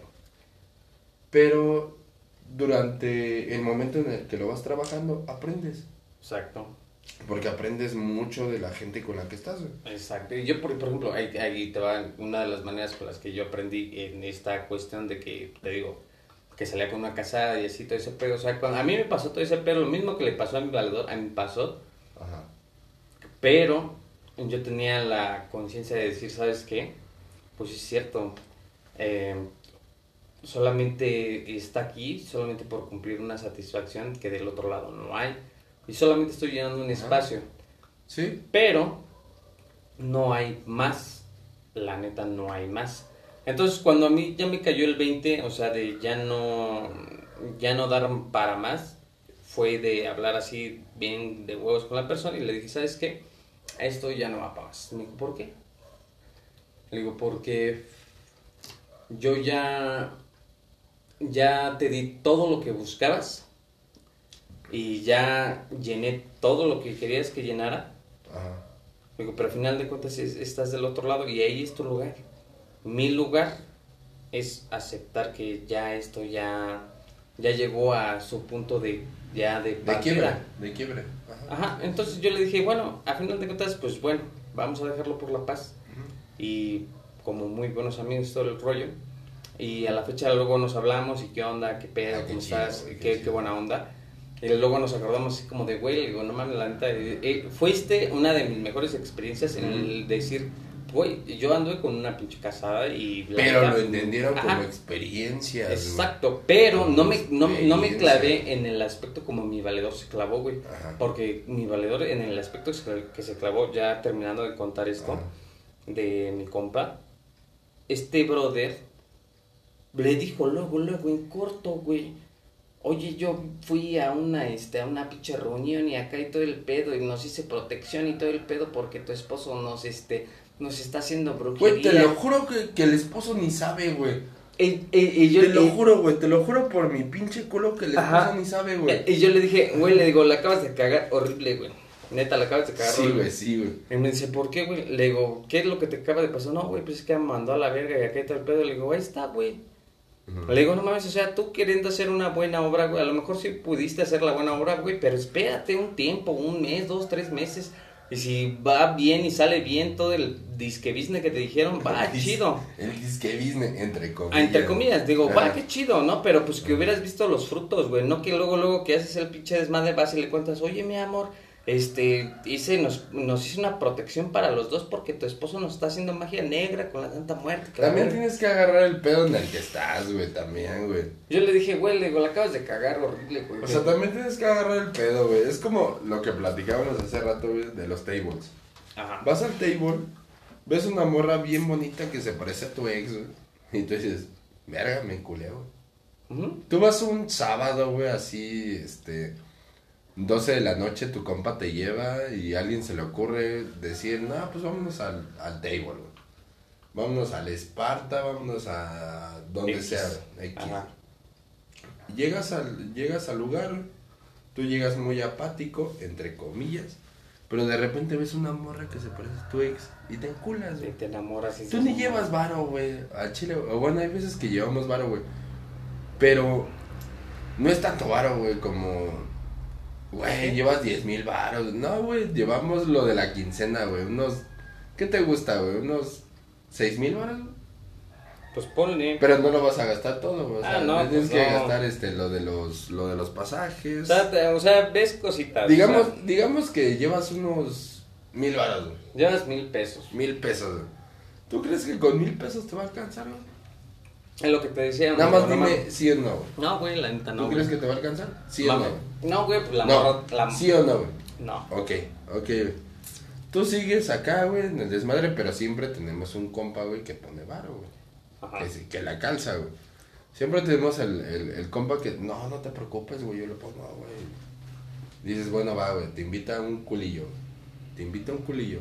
Pero durante el momento en el que lo vas trabajando, aprendes. Exacto. Porque aprendes mucho de la gente con la que estás, güey. Exacto. Y yo, por, por ejemplo, ahí, ahí te va una de las maneras con las que yo aprendí en esta cuestión de que, te digo, que salía con una casada y así, todo ese pedo. O sea, cuando a mí me pasó todo ese pedo, lo mismo que le pasó a mi valedor, a mí pasó. Ajá. Pero yo tenía la conciencia de decir, ¿sabes qué? Pues es cierto, eh, solamente está aquí, solamente por cumplir una satisfacción que del otro lado no hay. Y solamente estoy llenando un espacio. Sí. Pero no hay más, la neta no hay más. Entonces cuando a mí ya me cayó el veinte, o sea, de ya no, ya no dar para más, fue de hablar así bien de huevos con la persona y le dije, ¿sabes qué? Esto ya no va para más. Me dijo, ¿por qué? Le digo, porque yo ya, ya te di todo lo que buscabas y ya llené todo lo que querías que llenara. Ajá. Le digo, pero al final de cuentas es, estás del otro lado y ahí es tu lugar. Mi lugar es aceptar que ya esto ya, ya llegó a su punto de, ya de De quiebra, de quiebra. Ajá. Ajá, entonces yo le dije, bueno, a final de cuentas, pues bueno, vamos a dejarlo por la paz. Uh-huh. Y como muy buenos amigos, todo el rollo. Y a la fecha luego nos hablamos y qué onda, qué pedo, ah, cómo chido, estás, qué, qué, qué buena onda. Y luego nos acordamos así como de, güey, le digo, no mames, la neta, eh, fuiste una de mis mejores experiencias en el decir, güey, yo anduve con una pinche casada y... Pero verdad, lo entendieron ajá, como experiencias. Exacto, güey. Pero no me, no, no me clavé en el aspecto como mi valedor se clavó, güey. Ajá. Porque mi valedor en el aspecto que se clavó, ya terminando de contar esto, ajá, de mi compa, este brother le dijo luego, luego en corto, güey. Oye, yo fui a una, este, a una pinche reunión y acá y todo el pedo y nos hice protección y todo el pedo porque tu esposo nos, este, nos está haciendo brujería. Güey, te lo juro que, que el esposo ni sabe, güey. Y, y, y yo, te lo y, juro, güey, te lo juro por mi pinche culo que el esposo ajá, ni sabe, güey. Y yo le dije, güey, le digo, la acabas de cagar horrible, güey. Neta, la acabas de cagar sí, horrible. Güey, sí, güey. Y me dice, ¿por qué, güey? Le digo, ¿qué es lo que te acaba de pasar? No, güey, pues es que me mandó a la verga y acá y todo el pedo. Le digo, ahí está, güey. Uh-huh. Le digo, no mames, o sea, tú queriendo hacer una buena obra, güey, a lo mejor sí pudiste hacer la buena obra, güey, pero espérate un tiempo, un mes, dos, tres meses, y si va bien y sale bien todo el disque business que te dijeron, va, el chido. El disque business, entre comillas. Ah, entre comillas, digo, uh-huh, va, qué chido, ¿no? Pero pues que uh-huh, hubieras visto los frutos, güey, no que luego, luego que haces el pinche desmadre, vas y le cuentas, oye, mi amor, este, hice, nos, nos hizo una protección para los dos porque tu esposo nos está haciendo magia negra con la Santa Muerte. También tienes que agarrar el pedo en el que estás, güey, también, güey. Yo le dije, güey, le digo, la acabas de cagar horrible, güey. O sea, también tienes que agarrar el pedo, güey. Es como lo que platicábamos hace rato, güey, de los tables. Ajá. Vas al table, ves una morra bien bonita que se parece a tu ex, güey, y tú dices, verga, me culé, güey. Uh-huh. Tú vas un sábado, güey, así, este... doce de la noche tu compa te lleva y a alguien se le ocurre decir, no, pues vámonos al, al table, güey. Vámonos al Esparta, vámonos a donde X. sea. X. Llegas al, llegas al lugar, tú llegas muy apático, entre comillas, pero de repente ves una morra que se parece a tu ex y te enculas, güey. Y te enamoras. Y tú ni llevas varo, güey, al chile. O bueno, hay veces que llevamos varo, güey. Pero no es tanto varo, güey, como... Güey, llevas diez mil varos. No, güey, llevamos lo de la quincena, güey. Unos... ¿Qué te gusta, güey? ¿Unos seis mil varos? Pues ponle. Pero no lo vas a gastar todo, güey. O sea, ah, no, tienes pues que no. gastar este, lo de los lo de los pasajes. O sea, te, o sea ves cositas. Digamos, o sea, digamos que llevas unos mil varos, güey. Llevas mil pesos. Mil pesos, güey. ¿Tú crees que con mil pesos te va a alcanzar, güey? Es lo que te decía. Nada más dime no, sí o no, güey. No, güey, la neta no. ¿Tú güey. crees que te va a alcanzar? Sí o no, güey. No, güey, pues la no. morra. La... ¿Sí o no, güey? No. Ok, ok, güey. Tú sigues acá, güey, en el desmadre, pero siempre tenemos un compa, güey, que pone varo, güey. Ajá. Que, que la calza, güey. Siempre tenemos el, el, el compa que, no, no te preocupes, güey, yo lo pongo, güey. Dices, bueno, va, güey, te invita a un culillo. Te invita a un culillo.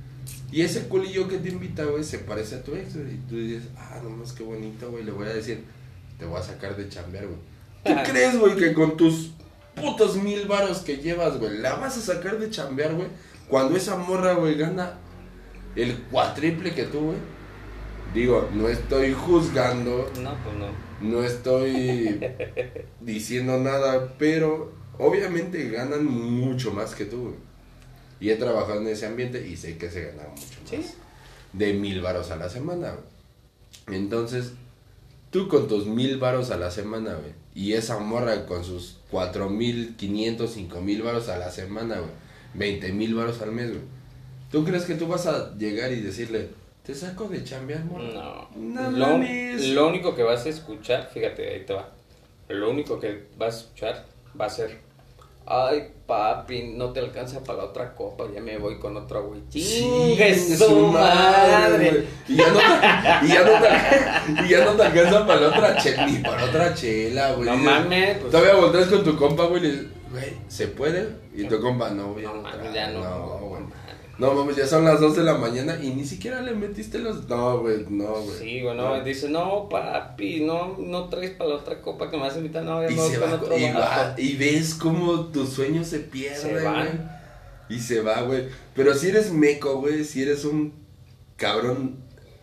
Y ese culillo que te invita, güey, se parece a tu ex, güey. Y tú dices, ah, nomás qué bonito, güey. Le voy a decir, te voy a sacar de chambear, güey. ¿Tú crees, güey, que con tus putos mil varos que llevas, güey, la vas a sacar de chambear, güey? Cuando esa morra, güey, gana el cuatriple que tú, güey. Digo, no estoy juzgando. No, pues no. No estoy diciendo nada, pero obviamente ganan mucho más que tú, güey. Y he trabajado en ese ambiente y sé que se gana mucho más. ¿Sí? De mil varos a la semana, güey. Entonces, tú con tus mil varos a la semana, güey. Y esa morra con sus cuatro mil quinientos, cinco mil varos a la semana, güey. Veinte mil varos al mes, güey. ¿Tú crees que tú vas a llegar y decirle, te saco de chambear, morra? No. No lo, lo único que vas a escuchar, fíjate, ahí te va. Lo único que vas a escuchar va a ser, ay, papi, no te alcanza para la otra copa, ya me voy con otra, güey. ¡Chingue su madre! Güey. Y ya no te, y ya no te, y ya no te alcanza para la otra chela, ni para otra chela, güey. No mames. Pues, todavía volteas con tu compa, güey, y le dices, güey, ¿se puede? Y tu compa, no, güey. No mames, ya no. No, güey. No mames, ya son las dos de la mañana y ni siquiera le metiste los... No, güey, no, güey. Sí, güey, no, no. Dice, no, papi, no, no traes para la otra copa que me vas a invitar, no, ya y me voy se con va, otro y, vato. va, y ves cómo tus sueños se pierden, Se van. güey. Y se va, güey. Pero si eres meco, güey, si eres un cabrón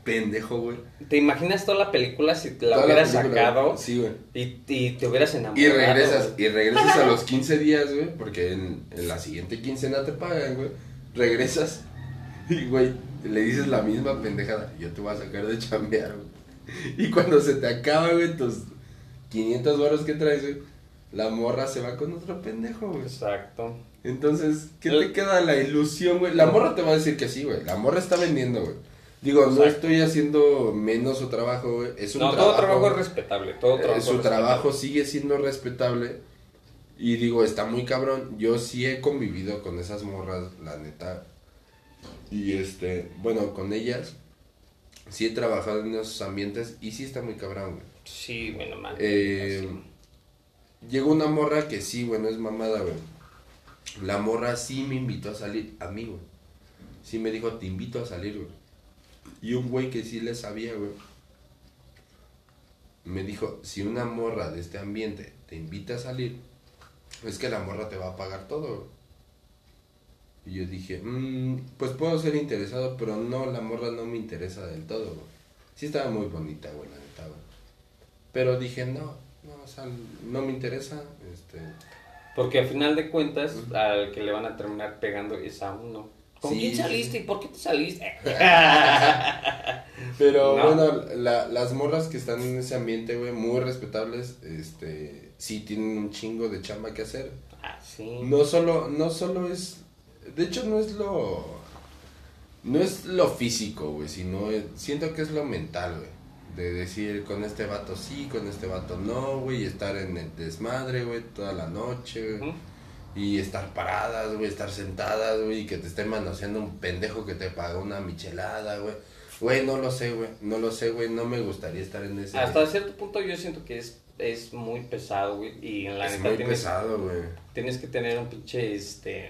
pendejo, güey. ¿Te imaginas toda la película si te la Toda hubieras la película, sacado? Sí, güey. Y, y te hubieras enamorado. Y regresas, güey. y regresas a los quince días, güey, porque en, en la siguiente quincena te pagan, güey. Regresas y, güey, le dices la misma pendejada. Yo te voy a sacar de chambear, güey. Y cuando se te acaba, güey, tus quinientos varos que traes, güey, la morra se va con otro pendejo, güey. Exacto. Entonces, ¿qué El- te queda la ilusión, güey? La morra te va a decir que sí, güey. La morra está vendiendo, güey. Digo, no Exacto. estoy haciendo menos su trabajo, güey. Es un No, trabajo. todo trabajo es güey. respetable. Todo Eh, trabajo su es trabajo respetable. sigue siendo respetable. Y digo, está muy cabrón. Yo sí he convivido con esas morras, la neta. Y este, bueno, con ellas. Sí he trabajado en esos ambientes. Y sí está muy cabrón, güey. Sí, bueno, man. Eh, Así. Llegó una morra que sí, güey, no es mamada, güey. La morra sí me invitó a salir, a mí, güey. Sí me dijo, te invito a salir, güey. Y un güey que sí le sabía, güey. Me dijo, si una morra de este ambiente te invita a salir, es que la morra te va a pagar todo, güey. Y yo dije, mmm, pues puedo ser interesado, pero no, la morra no me interesa del todo, güey. Sí estaba muy bonita, güey, la neta, güey. Pero dije, no, no, o sea, no me interesa, este... Porque al final de cuentas, al que le van a terminar pegando es a uno. ¿Con Sí, quién sí, saliste? sí. ¿Y por qué te saliste? Pero ¿No? bueno, la, las morras que están en ese ambiente, güey, muy respetables, este, sí tienen un chingo de chamba que hacer. Ah, sí. No solo, no solo es, de hecho no es lo, no es lo físico, güey, sino es- siento que es lo mental, güey. De decir, con este vato sí, con este vato no, güey, y estar en el desmadre, güey, toda la noche, güey. Ujú. Y estar paradas, güey, estar sentadas, güey, y que te esté manoseando un pendejo que te pagó una michelada, güey. Güey, no lo sé, güey, no lo sé, güey, no me gustaría estar en ese... Hasta cierto punto yo siento que es, es muy pesado, güey. Y en la es neta muy tienes, pesado, güey. tienes que tener un pinche, este...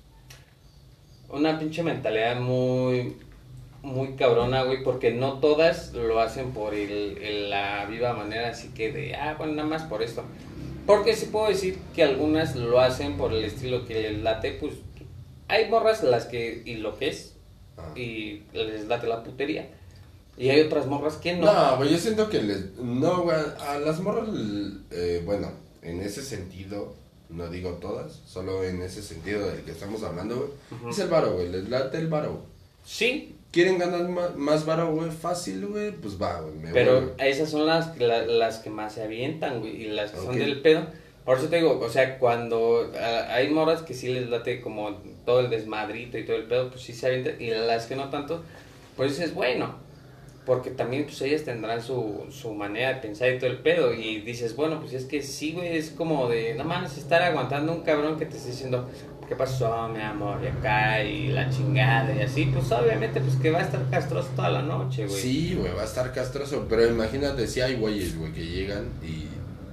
Una pinche mentalidad muy... Muy cabrona, güey, porque no todas lo hacen por el, el- la viva manera, así que de, ah, bueno, nada más por esto. Porque sí puedo decir que algunas lo hacen por el estilo que les late, pues, hay morras las que, y lo que es, Ah. y les late la putería. Y hay otras morras que no. No, güey, yo siento que les... No, güey, a las morras, eh, bueno, en ese sentido, no digo todas, solo en ese sentido del que estamos hablando, güey, Ujú. es el varo, güey, les late el varo, güey. Sí, ¿Quieren ganar más, más varo, güey? Fácil, güey, pues va, güey, me pero voy, güey. esas son las, la- las que más se avientan, güey, y las que Ok. son del pedo. Por eso te digo, o sea, cuando ah, hay morras que sí les late como todo el desmadrito y todo el pedo, pues sí se avientan, y las que no tanto, pues dices, bueno, porque también pues ellas tendrán su, su manera de pensar y todo el pedo, y dices, bueno, pues es que sí, güey, es como de, no mames, estar aguantando un cabrón que te esté diciendo, ¿qué pasó, mi amor? Y acá, y la chingada, y así, pues obviamente, pues que va a estar castroso toda la noche, güey. Sí, güey, va a estar castroso, pero imagínate si hay güeyes, güey, que llegan y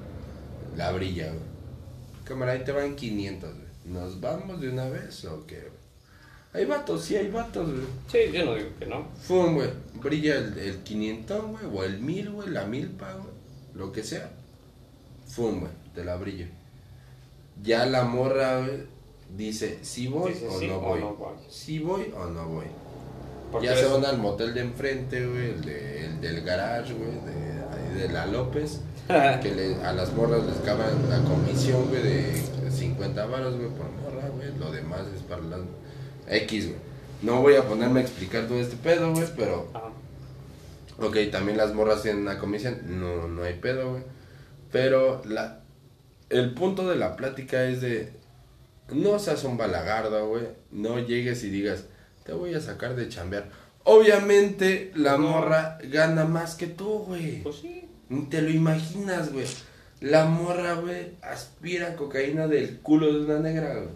la brilla, güey. Cámara, ahí te van quinientos, güey. ¿Nos vamos de una vez o qué, güey? Hay vatos, sí hay vatos, güey. Sí, yo no digo que no. Fum, güey, brilla el, el quinientos, güey, o el mil, güey, la milpa, güey, lo que sea. Fum, güey, te la brilla. Ya la morra, güey, dice, si voy Dice o sí no o voy. no voy. Si voy o no voy. Porque Ya se es- van al motel de enfrente, güey, el, de, el del garage, güey, de, ahí de la López, que le, a las morras les caban la comisión, güey, de cincuenta varos, güey, por morra, güey, lo demás es para las X, güey. No voy a ponerme a explicar todo este pedo, güey, pero, Ajá. ok, también las morras tienen una comisión, no, no hay pedo, güey, pero la, el punto de la plática es de, no seas un balagardo, güey, no llegues y digas, te voy a sacar de chambear. Obviamente la No. morra gana más que tú, güey. Pues sí. Ni te lo imaginas, güey. La morra, güey, aspira cocaína del culo de una negra, güey.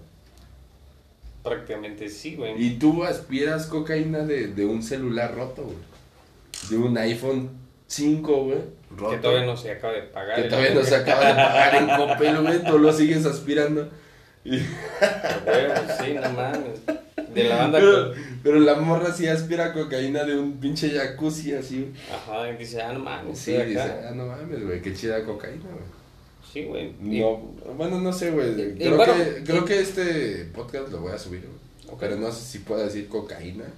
Prácticamente sí, güey. Y tú aspiras cocaína de, de un celular roto, güey. De un iPhone cinco, güey. Roto. Que todavía no se acaba de pagar. Que el- todavía no se acaba de pagar en Coppel, güey. Tú lo sigues aspirando. Y- Pero, güey, sí, no mames. De la banda. Pero, con- pero la morra sí aspira cocaína de un pinche jacuzzi así. Ajá, y dice, ah, no mames. Sí, estoy dice, acá. ah, no mames, güey, qué chida cocaína, güey. Sí, güey. Y- No, bueno, no sé, güey. Y- Creo, y bueno, que, creo y- que este podcast lo voy a subir, güey. Ok. Pero no sé si puedo decir cocaína.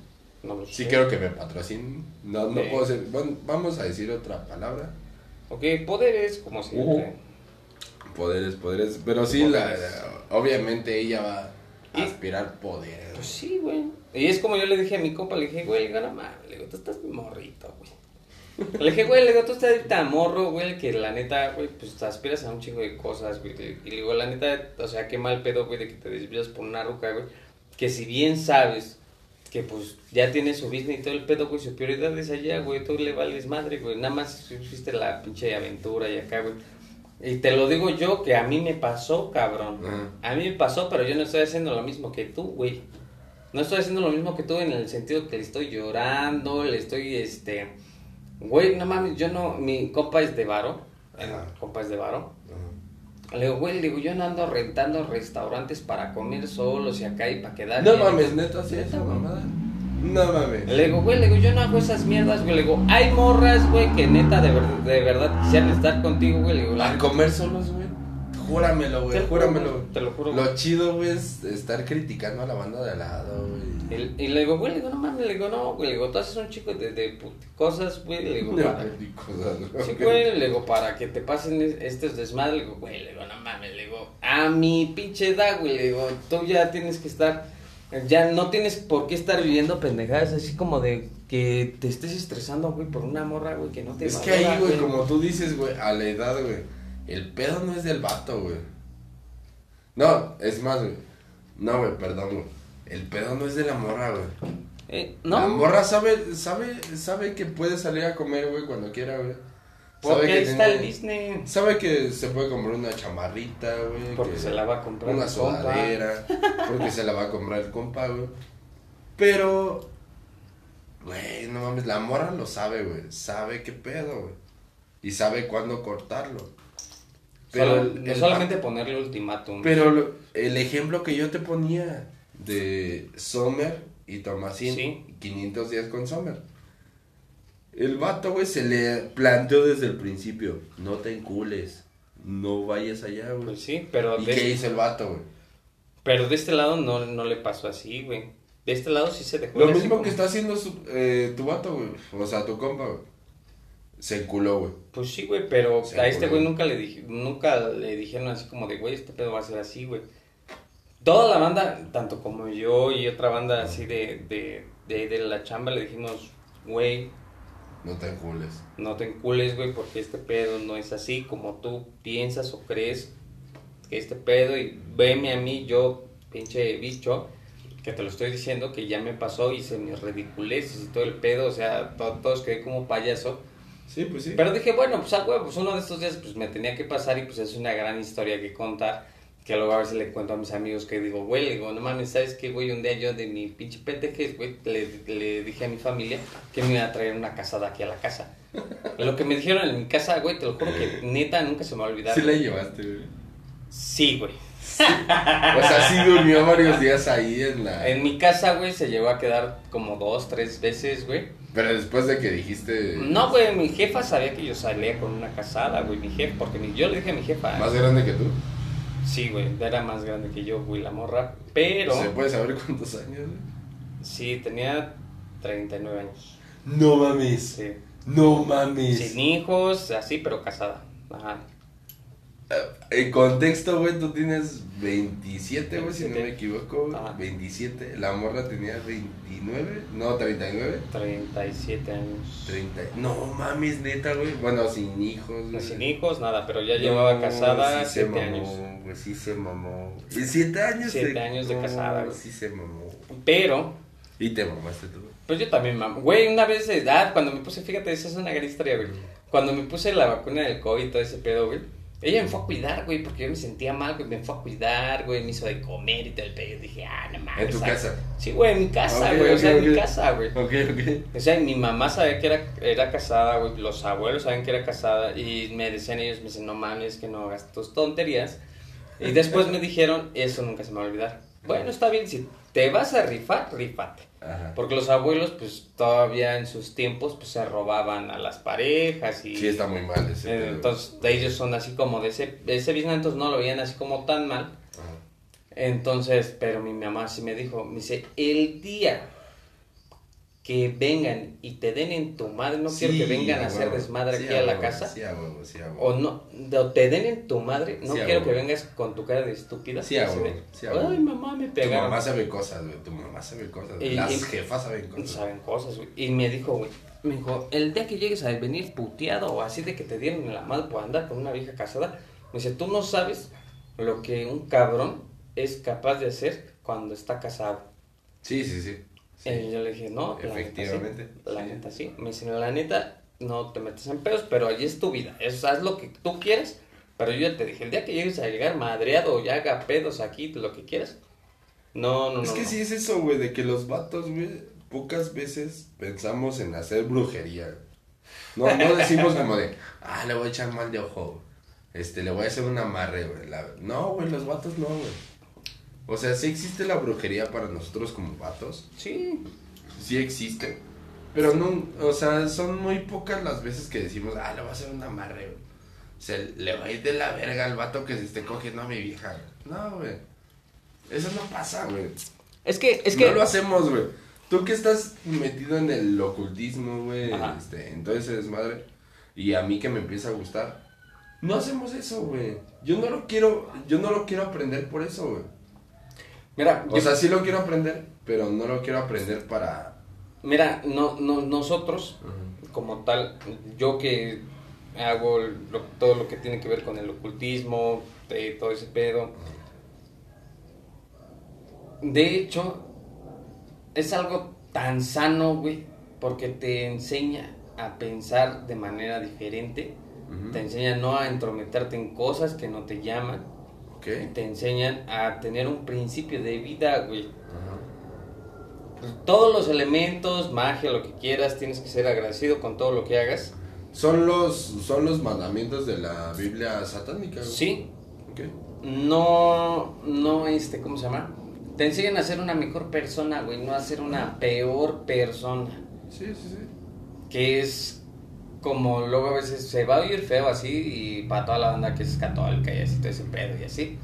No lo Sí sé. quiero que me patrocinen. No, no Sí. puedo ser... Bueno, vamos a decir otra palabra. Ok, poderes, como siempre. Poderes, poderes. Pero sí, la, Poderes. la- obviamente ella va a Y- aspirar poderes. Pues sí, güey. Y es como yo le dije a mi compa, le dije, güey, le digo, no mames, le digo, tú estás morrito, güey. Le dije, güey, le digo, tú estás tan morro, güey, que la neta, güey, pues te aspiras a un chingo de cosas, güey. Y le digo, la neta, o sea, qué mal pedo, güey, de que te desvías por una ruca, güey. Que si bien sabes que, pues, ya tienes su business y todo el pedo, güey, su prioridad es allá, güey, tú le vales madre, güey. Nada más fuiste la pinche aventura y acá, güey. Y te lo digo yo, que a mí me pasó, cabrón. Ajá. A mí me pasó, pero yo no estoy haciendo lo mismo que tú, güey. No estoy haciendo lo mismo que tú en el sentido que le estoy llorando, le estoy, este... Güey, no mames, yo no... Mi compa es de varo. El Ajá. compa es de varo. Ajá. Le digo, güey, le digo, yo no ando rentando restaurantes para comer solos y acá y para quedar No bien. mames, neta, sí, esa mamada. No mames. Le digo, güey, le digo, yo no hago esas mierdas, güey. Le digo, hay morras, güey, que neta de, ver- de verdad quisieran estar contigo, güey. Le digo, la A comer solos, güey. Júramelo, Te güey, lo juro, júramelo. güey, te lo juro, güey. Lo chido, güey, es estar criticando a la banda de al lado, güey. Y, y le digo, güey, le digo, no mames, le digo, no, güey, le digo, tú haces un chico de, de put- cosas, güey, le digo, No, para... güey, cosas, ¿no? Sí, güey, le digo, para que te pasen es- estos desmadres, le digo, güey, le digo, no mames, le digo, a mi pinche edad, güey, le digo, tú ya tienes que estar, ya no tienes por qué estar viviendo pendejadas así como de que te estés estresando, güey, por una morra, güey, que no te Es que valora, ahí, güey, como tú dices, güey, a la edad, güey, el pedo no es del vato, güey. No, es más, güey. No, güey, perdón, güey. El pedo no es de la morra, güey. Eh, La no, morra sabe, sabe, sabe que puede salir a comer, güey, cuando quiera, güey. porque Sabe ahí que está tiene- el business, Sabe que se puede comprar una chamarrita, güey. porque que- se la va a comprar Una mi compa. sudadera. Porque se la va a comprar el compa, güey. Pero, güey, no mames, la morra lo sabe, güey. Sabe qué pedo, güey. Y sabe cuándo cortarlo. Pero, Solo- el- no el- solamente ponerle ultimátum. pero lo- el ejemplo que yo te ponía de Sommer y Tomasín, Sí. quinientos días con Sommer. El vato, güey, se le planteó desde el principio, no te encules, no vayas allá, güey. Pues sí, pero ¿Y de, qué hizo el vato, güey? pero de este lado no, no le pasó así, güey. De este lado sí se dejó Lo ir así mismo como- que está haciendo su- eh, tu vato, güey. O sea, tu compa, güey. Se enculó, güey. Pues sí, güey, pero Se a este acordó. güey nunca le dije, nunca le dijeron así como de, güey, este pedo va a ser así, güey. Toda la banda, tanto como yo y otra banda así de, de, de, de la chamba, le dijimos, güey, No te encules. no te encules, güey, porque este pedo no es así como tú piensas o crees que este pedo, y veme a mí, yo, pinche bicho, que te lo estoy diciendo, que ya me pasó, hice mis ridiculeces y todo el pedo, o sea, to- todos quedé como payaso. Sí, pues sí. Pero dije, bueno, pues, ah, güey, pues uno de estos días pues me tenía que pasar y pues es una gran historia que contar, que luego a ver si le cuento a mis amigos que digo, güey, le digo, no mames, ¿sabes qué, güey? Un día yo de mi pinche pendejes, güey, le, le dije a mi familia que me iba a traer una casada aquí a la casa. Lo que me dijeron en mi casa, güey, te lo juro que neta nunca se me va a olvidar. Sí la llevaste, güey. Sí, güey. O sea, sí durmió varios días ahí en la... En mi casa, güey, se llegó a quedar como dos, tres veces, güey. Pero después de que dijiste... No, güey, mi jefa sabía que yo salía con una casada, güey, mi jefa, porque mi- yo le dije a mi jefa. Más grande que tú. Sí, güey, era más grande que yo, güey, la morra. Pero, ¿Se puede saber cuántos años, güey? sí, tenía treinta y nueve años. No mames. Sí. No mames. Sin hijos, así, pero casada. Ajá. En contexto, güey, tú tienes veintisiete, güey, si no me veintisiete. equivoco, güey. Ajá. veintisiete. La morra tenía veintinueve, no, treinta y nueve. treinta y siete años. treinta. No mames, neta, güey. Bueno, sin hijos, güey. Sin hijos, nada, pero ya llevaba No, casada sí se siete mamó, años. Güey, sí se mamó. ¿Y siete años? Siete años de casada, güey. Sí se mamó. Pero, Y te mamaste tú. pues yo también, mam. Güey, una vez de edad, cuando me puse, fíjate, esa es una gran historia, güey. Cuando me puse la vacuna del COVID y todo ese pedo, güey. Ella me fue a cuidar, güey, porque yo me sentía mal, güey. Me fue a cuidar, güey, me hizo de comer y todo el pedo. Dije, ah, no mames. ¿En tu ¿sabes? casa? Sí, güey, en mi casa, Ok, güey. ok, o sea, en ok. mi casa, güey. Ok, ok. O sea, mi mamá sabía que era, era casada, güey. Los abuelos sabían que era casada. Y me decían ellos, me dicen, no mames, que no hagas tus tonterías. Y después me dijeron, eso nunca se me va a olvidar. Bueno, está bien, si te vas a rifar, rífate. Ajá. Porque los abuelos, pues, todavía en sus tiempos, pues, se robaban a las parejas y... Sí, está muy mal ese eh, pedo. entonces, de ellos son así como de ese, de ese business, entonces no lo veían así como tan mal. Ajá. Entonces, pero mi mamá sí me dijo, me dice, el día que vengan y te den en tu madre, no Sí, quiero que vengan a a hacer huevo. desmadre Sí, aquí a a la huevo, casa. Sí, a huevo, sí, a huevo. O no, o te den en tu madre, no Sí, a quiero huevo. que vengas con tu cara de estúpida. Sí, a así huevo, de, sí, a huevo. ay, mamá, me Tu pegaron. mamá sabe cosas, güey. Tu mamá sabe cosas. Y- Las y- jefas saben cosas. Saben cosas, güey. Y me dijo, güey, me dijo, el día que llegues a venir puteado o así de que te dieron en la madre por andar con una vieja casada, me dice, tú no sabes lo que un cabrón es capaz de hacer cuando está casado. Sí, sí, sí. sí. Y yo le dije, no, Efectivamente, La sí. neta sí. Me dice, la neta, no te metes en pedos, pero allí es tu vida. Es, haz lo que tú quieres. Pero yo ya te dije, el día que llegues a llegar madreado o ya haga pedos aquí, lo que quieras. No, no, no. Es que no. sí es eso, güey, de que los vatos, güey, pocas veces pensamos en hacer brujería. No, no decimos como de, ah, le voy a echar mal de ojo, este, le voy a hacer un amarre, güey. La... No, güey, los vatos no, güey. O sea, sí existe la brujería para nosotros como vatos. Sí. Sí existe. Pero no, o sea, son muy pocas las veces que decimos, ah, le voy a hacer un amarre, güey. O sea, le va a ir de la verga al vato que se esté cogiendo a mi vieja. No, güey. Eso no pasa, güey. Es que, es que. No lo hacemos, güey. Tú que estás metido en el ocultismo, güey, Ajá. este, en todo ese desmadre, y a mí que me empieza a gustar, no hacemos eso, güey. Yo no lo quiero, yo no lo quiero aprender por eso, güey. Mira, O yo- sea, sí lo quiero aprender, pero no lo quiero aprender para... mira, no, no, nosotros, como tal, yo que hago lo- todo lo que tiene que ver con el ocultismo, eh, todo ese pedo. De hecho, es algo tan sano, güey, porque te enseña a pensar de manera diferente, Ujú. te enseña no a entrometerte en cosas que no te llaman, Ok. te enseñan a tener un principio de vida, güey. Ajá. Todos los elementos, magia, lo que quieras, tienes que ser agradecido con todo lo que hagas. Son los, son los mandamientos de la Biblia satánica, güey. Sí, Ok. no, no, este, ¿cómo se llama? Te enseñan a ser una mejor persona, güey, no a ser una peor persona. Sí, sí, sí. Que es como luego a veces se va a oír feo así y para toda la banda que es católica y así, todo ese pedo y así.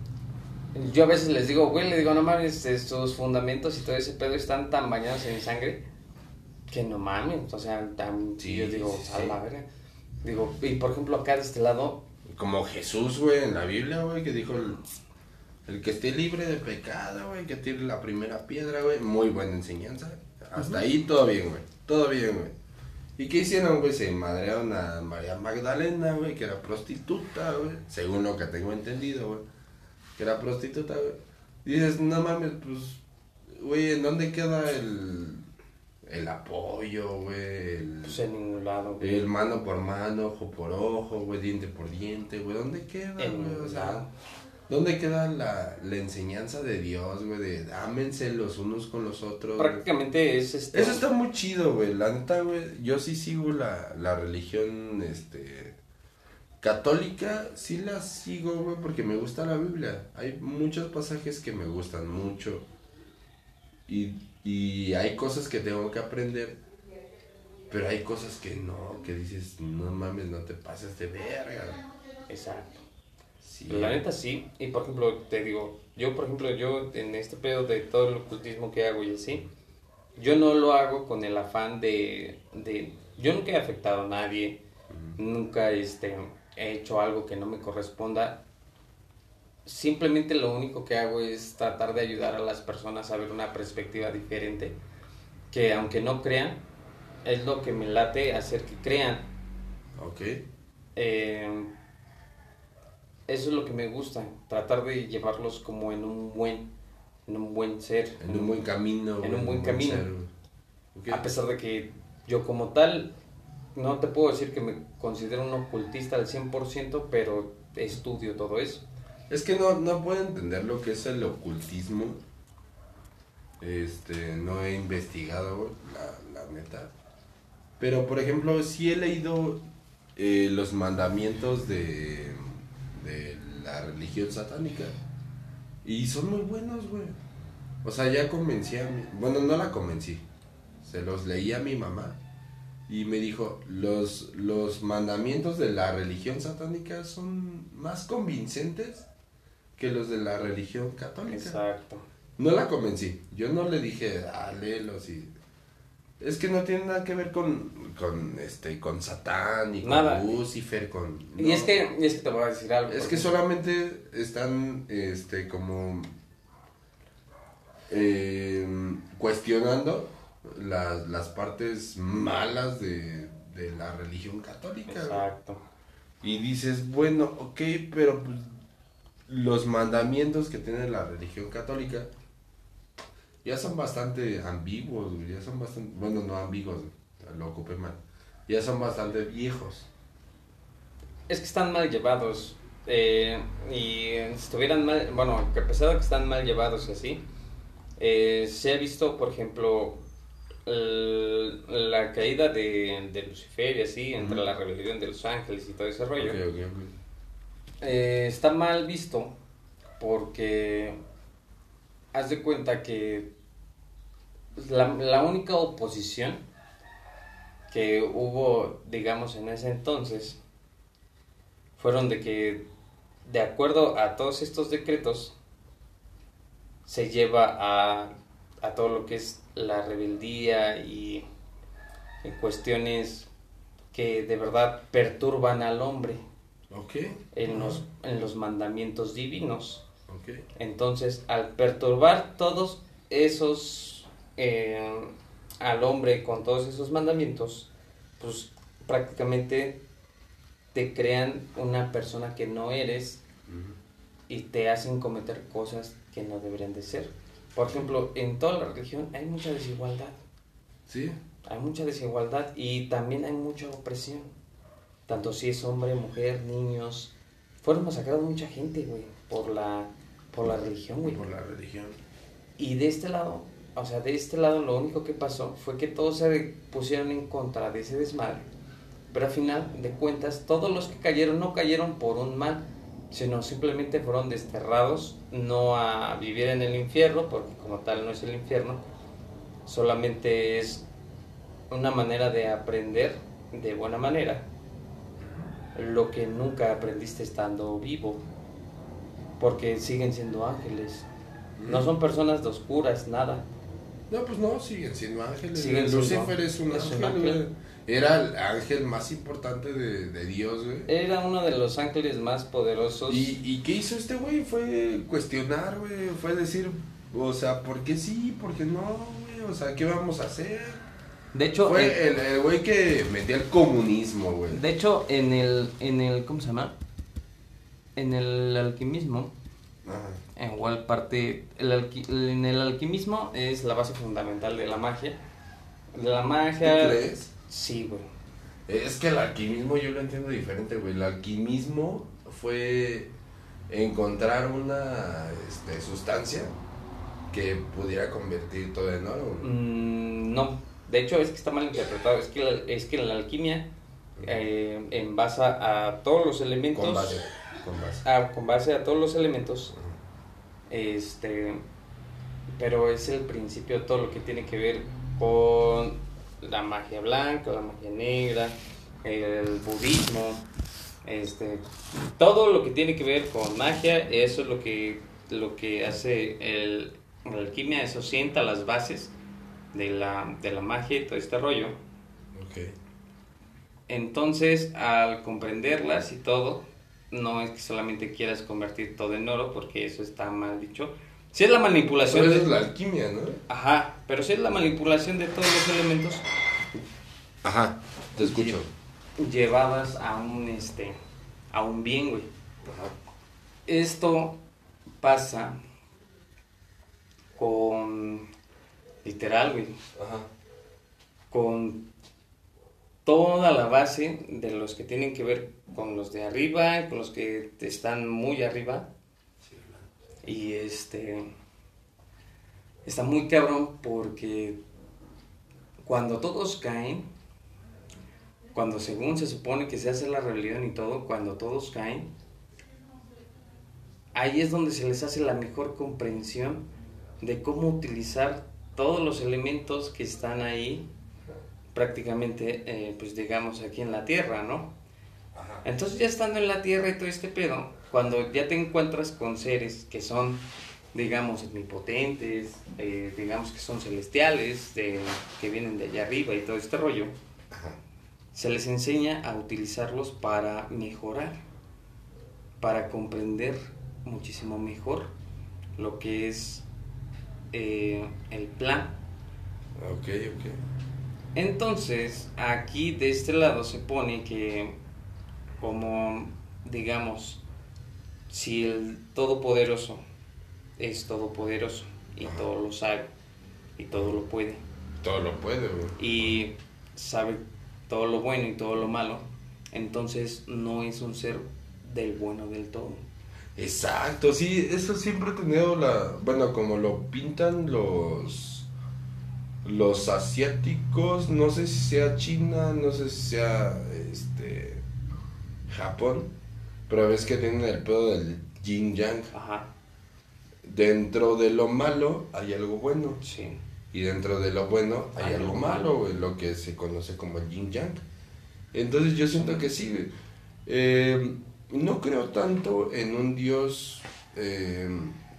Yo a veces les digo, güey, le digo, no mames, estos fundamentos y todo ese pedo están tan bañados en mi sangre que no mames, o sea, tan, Sí, yo digo, sí, a sí. la verga. Digo, y por ejemplo acá de este lado, Como Jesús, güey, en la Biblia, güey, que dijo el, el que esté libre de pecado, güey, que tire la primera piedra, güey. Muy buena enseñanza. Hasta ahí todo bien, güey. Todo bien, güey. ¿Y qué hicieron, güey? Se madrearon a María Magdalena, güey, que era prostituta, güey. Según lo que tengo entendido, güey. Que era prostituta, güey. Y dices, no mames, pues, güey, ¿en dónde queda el, el apoyo, güey? El, pues en ningún lado, güey. el mano por mano, ojo por ojo, güey, diente por diente, güey. ¿Dónde queda, En güey? ningún O sea, lado. ¿dónde queda la, la enseñanza de Dios, güey? De ámense los unos con los otros. güey? Prácticamente es este. Eso está muy chido, güey. La neta, güey, yo sí sigo la, la religión, este... católica, sí la sigo, güey, porque me gusta la Biblia. Hay muchos pasajes que me gustan mucho. Y, y hay cosas que tengo que aprender. Pero hay cosas que no, que dices, no mames, no te pases de verga. Exacto. Sí. Pero la neta sí, y por ejemplo, te digo, yo por ejemplo, yo en este pedo de todo el ocultismo que hago y así, yo no lo hago con el afán de, de yo nunca he afectado a nadie, nunca este, he hecho algo que no me corresponda, simplemente lo único que hago es tratar de ayudar a las personas a ver una perspectiva diferente, que aunque no crean, es lo que me late hacer que crean. Ok. Eh, eso es lo que me gusta, tratar de llevarlos como en un buen, en un buen ser, En un buen camino, en güey, un buen camino. ser, güey. Ok. A pesar de que yo como tal, no te puedo decir que me considero un ocultista al cien por ciento, pero estudio todo eso. Es que no, no puedo entender lo que es el ocultismo. Este, no he investigado, güey, la, la neta. Pero, por ejemplo, sí he leído eh, los mandamientos de, de la religión satánica. Y son muy buenos, güey. O sea, ya convencí a mi... Bueno, no la convencí. Se los leí a mi mamá. Y me dijo, los, los mandamientos de la religión satánica son más convincentes que los de la religión católica. Exacto. No la convencí. Yo no le dije, ah, léelos y... Es que no tiene nada que ver con, con este, con Satán, ni con nada. Lucifer, con... No. Y es que, y es que te voy a decir algo. Es que solamente están, este, como... Eh, cuestionando las, las partes malas de, de la religión católica. Exacto. Güey. Y dices, bueno, ok, pero pues, los mandamientos que tiene la religión católica ya son bastante ambiguos, güey, ya son bastante, bueno, no ambiguos, lo ocupé mal, ya son bastante viejos. Es que están mal llevados, eh, y si estuvieran mal, bueno, que a pesar de que están mal llevados y así, eh, se ha visto, por ejemplo, el, la caída de, de Lucifer y así, entre uh-huh. la rebelión de los ángeles y todo ese rollo, okay, okay, okay. Eh, está mal visto porque haz de cuenta que La, la única oposición que hubo, digamos, en ese entonces, fueron de que, de acuerdo a todos estos decretos, se lleva a, a todo lo que es la rebeldía y en cuestiones que de verdad perturban al hombre okay. en, los, en los mandamientos divinos. Okay. Entonces, al perturbar todos esos... Eh, al hombre con todos esos mandamientos, pues prácticamente te crean una persona que no eres uh-huh. y te hacen cometer cosas que no deberían de ser. Por ejemplo, en toda la religión hay mucha desigualdad. Sí. Hay mucha desigualdad y también hay mucha opresión. Tanto si es hombre, mujer, niños. Fueron masacrados mucha gente, güey, por la, por la religión, güey. Por la religión. Y de este lado... O sea, de este lado lo único que pasó fue que todos se pusieron en contra de ese desmadre. Pero al final de cuentas, todos los que cayeron no cayeron por un mal, sino simplemente fueron desterrados, no a vivir en el infierno, porque como tal no es el infierno, solamente es una manera de aprender de buena manera lo que nunca aprendiste estando vivo, porque siguen siendo ángeles, no son personas de oscuras, nada. No, pues no, siguen siendo ángeles. Siguen Lucifer siendo, es un es ángel, un ángel. Era el ángel más importante de, de Dios, güey. Era uno de los ángeles más poderosos. ¿Y, y qué hizo este güey? Fue cuestionar, güey. Fue decir, o sea, ¿por qué sí? ¿Por qué no, güey? O sea, ¿qué vamos a hacer? De hecho... Fue el, el güey que metía el comunismo, güey. De hecho, en el, en el, ¿cómo se llama? En el alquimismo... Ajá. En igual parte, el alqui, en el alquimismo es la base fundamental de la magia. De la magia... ¿Tú crees? Sí, güey. Es que el alquimismo yo lo entiendo diferente, güey. El alquimismo fue encontrar una este, sustancia que pudiera convertir todo en oro. Mm, no, de hecho es que está mal interpretado. Es que la, es que la alquimia eh, en base a todos los elementos... Con base, con base. A, con base a todos los elementos... Este, pero es el principio de todo lo que tiene que ver con la magia blanca, la magia negra, el budismo, este, todo lo que tiene que ver con magia, eso es lo que, lo que hace el, la alquimia, eso sienta las bases de la, de la magia y todo este rollo. Okay. Entonces, al comprenderlas y todo, no es que solamente quieras convertir todo en oro, porque eso está mal dicho. Si es la manipulación... Pero de... es la alquimia, ¿no? Ajá, pero si es la manipulación de todos los elementos... Ajá, te escucho. Llevadas a un, este, a un bien, güey. Ajá. Esto pasa con... Literal, güey. Ajá. Con toda la base de los que tienen que ver con los de arriba, con los que están muy arriba. Y este está muy cabrón porque cuando todos caen, cuando según se supone que se hace la rebelión y todo, cuando todos caen, ahí es donde se les hace la mejor comprensión de cómo utilizar todos los elementos que están ahí prácticamente, eh, pues digamos, aquí en la tierra, ¿no? Ajá. Entonces ya estando en la tierra y todo este pedo, cuando ya te encuentras con seres que son digamos, omnipotentes, eh, digamos que son celestiales, de, que vienen de allá arriba y todo este rollo, Ajá. se les enseña a utilizarlos para mejorar, para comprender muchísimo mejor lo que es eh, el plan. Ok, ok. Entonces, aquí de este lado se pone que, como, digamos, si el Todopoderoso es todopoderoso y Ajá. todo lo sabe y todo lo puede Todo lo puede, güey. y sabe todo lo bueno y todo lo malo, entonces no es un ser del bueno del todo. Exacto, sí, eso siempre he tenido la... Bueno, como lo pintan los... Los asiáticos, no sé si sea China, no sé si sea este Japón, pero ves que tienen el pedo del yin yang. Ajá, Dentro de lo malo hay algo bueno. sí. Y dentro de lo bueno hay, Hay algo algo malo, malo. güey, lo que se conoce como el yin yang. Entonces yo siento que sí, güey. Eh, no creo tanto en un Dios eh,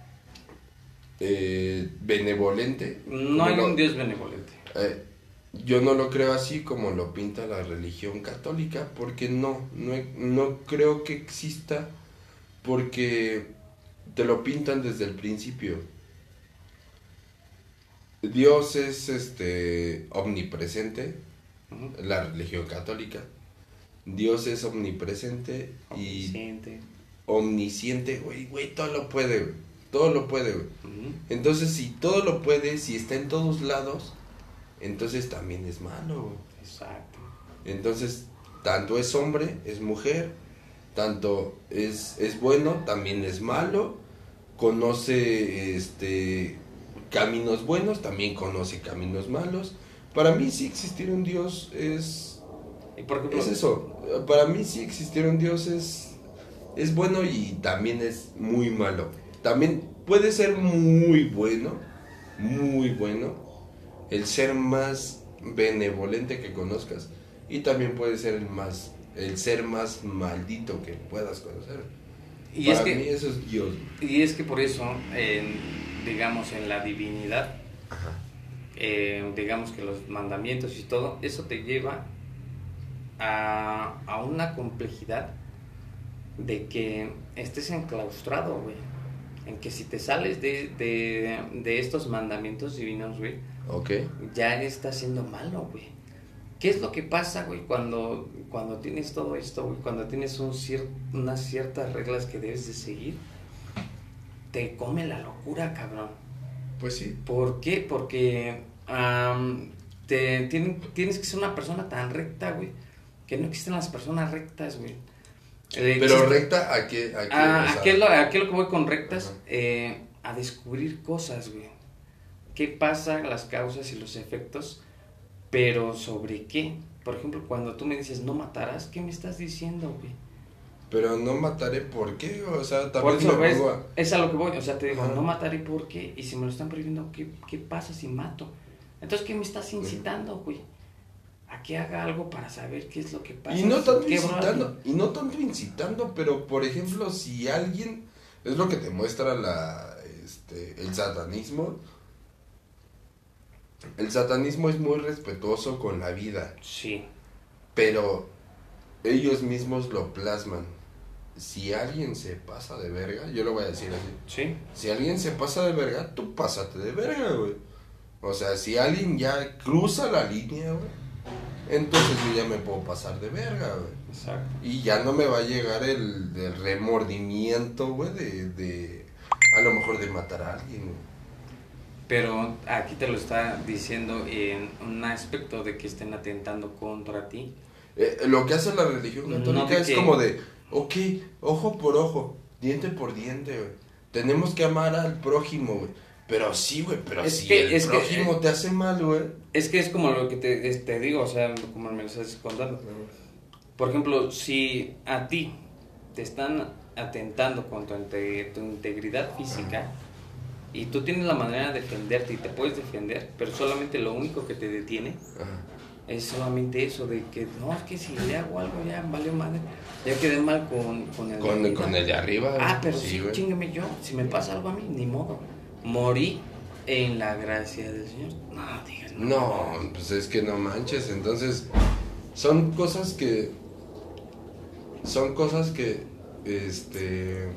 eh, benevolente. No hay como un lo- Dios benevolente. eh, yo no lo creo así como lo pinta la religión católica, porque no, no, no creo que exista, porque te lo pintan desde el principio. Dios es este omnipresente, Ujú. la religión católica. Dios es omnipresente y Omnisciente. omnisciente, güey, güey, todo lo puede, güey. Todo lo puede, güey. Ujú. Entonces, si todo lo puede, si está en todos lados, entonces también es malo, güey. Exacto. Entonces, tanto es hombre, es mujer, tanto es, es bueno, también es malo, conoce este caminos buenos, también conoce caminos malos. Para mí, si existiera un Dios es, Y por ejemplo, es eso. Para mí, si existiera un Dios es, es bueno y también es muy malo. También puede ser muy bueno, muy bueno, el ser más benevolente que conozcas, y también puede ser el más, el ser más maldito que puedas conocer. y Para es que mí eso es Dios. Y es que por eso, en, digamos, en la divinidad, Ajá. eh, digamos que los mandamientos y todo, eso te lleva a, a una complejidad de que estés enclaustrado, güey. En que si te sales de, de, de estos mandamientos divinos, güey, Ok. ya estás siendo malo, güey. ¿Qué es lo que pasa, güey, cuando, cuando tienes todo esto, güey? Cuando tienes un cier- unas ciertas reglas que debes de seguir, te come la locura, cabrón. Pues sí. ¿Por qué? Porque am, te, tienen, tienes que ser una persona tan recta, güey, que no existen las personas rectas, güey. Eh, Pero existe- recta, ¿a qué? ¿A qué? Ah, O sea, ¿a qué es lo, a qué es lo que voy con rectas? Ajá. Eh, a descubrir cosas, güey. ¿Qué pasa, las causas y los efectos? Pero ¿sobre qué? Por ejemplo, cuando tú me dices no matarás, ¿qué me estás diciendo, güey? Pero no mataré, ¿por qué? O sea, Por también eso, me ¿ves? pongo a- Es a lo que voy. O sea, te digo, Ajá. no mataré, ¿por qué? Y si me lo están prohibiendo, ¿qué, qué pasa si mato? Entonces, ¿qué me estás incitando, güey? A que haga algo para saber qué es lo que pasa. Y no tanto ¿Qué incitando, brother? y no tanto incitando, pero por ejemplo, si alguien, es lo que te muestra la, este, el satanismo. El satanismo es muy respetuoso con la vida, Sí. pero ellos mismos lo plasman. Si alguien se pasa de verga, yo lo voy a decir así. Sí. Si alguien se pasa de verga, tú pásate de verga, güey. O sea, si alguien ya cruza la línea, güey, entonces yo ya me puedo pasar de verga, güey. Exacto. Y ya no me va a llegar el, el remordimiento, güey, de, de... A lo mejor de matar a alguien, güey. Pero aquí te lo está diciendo en un aspecto de que estén atentando contra ti. Eh, lo que hace la religión No católica de es que- como de, ok, ojo por ojo, diente por diente, güey. Tenemos que amar al prójimo, güey. Pero sí, güey, pero Es si que- el es que- prójimo te hace mal, güey. Es que es como lo que te, es- te digo, o sea, como me lo estás contando. Por ejemplo, si a ti te están atentando contra inte- tu integridad física y tú tienes la manera de defenderte y te puedes defender, pero solamente lo único que te detiene Ajá. es solamente eso, de que no, es que si le hago algo ya valió madre, ya quedé mal con, con el con, de con el de arriba. Ah, pero sí, sí chíngame yo, si me pasa algo a mí, ni modo, morí en la gracia del Señor. No, digas, no. No, pues es que no manches, entonces son cosas que, son cosas que, este,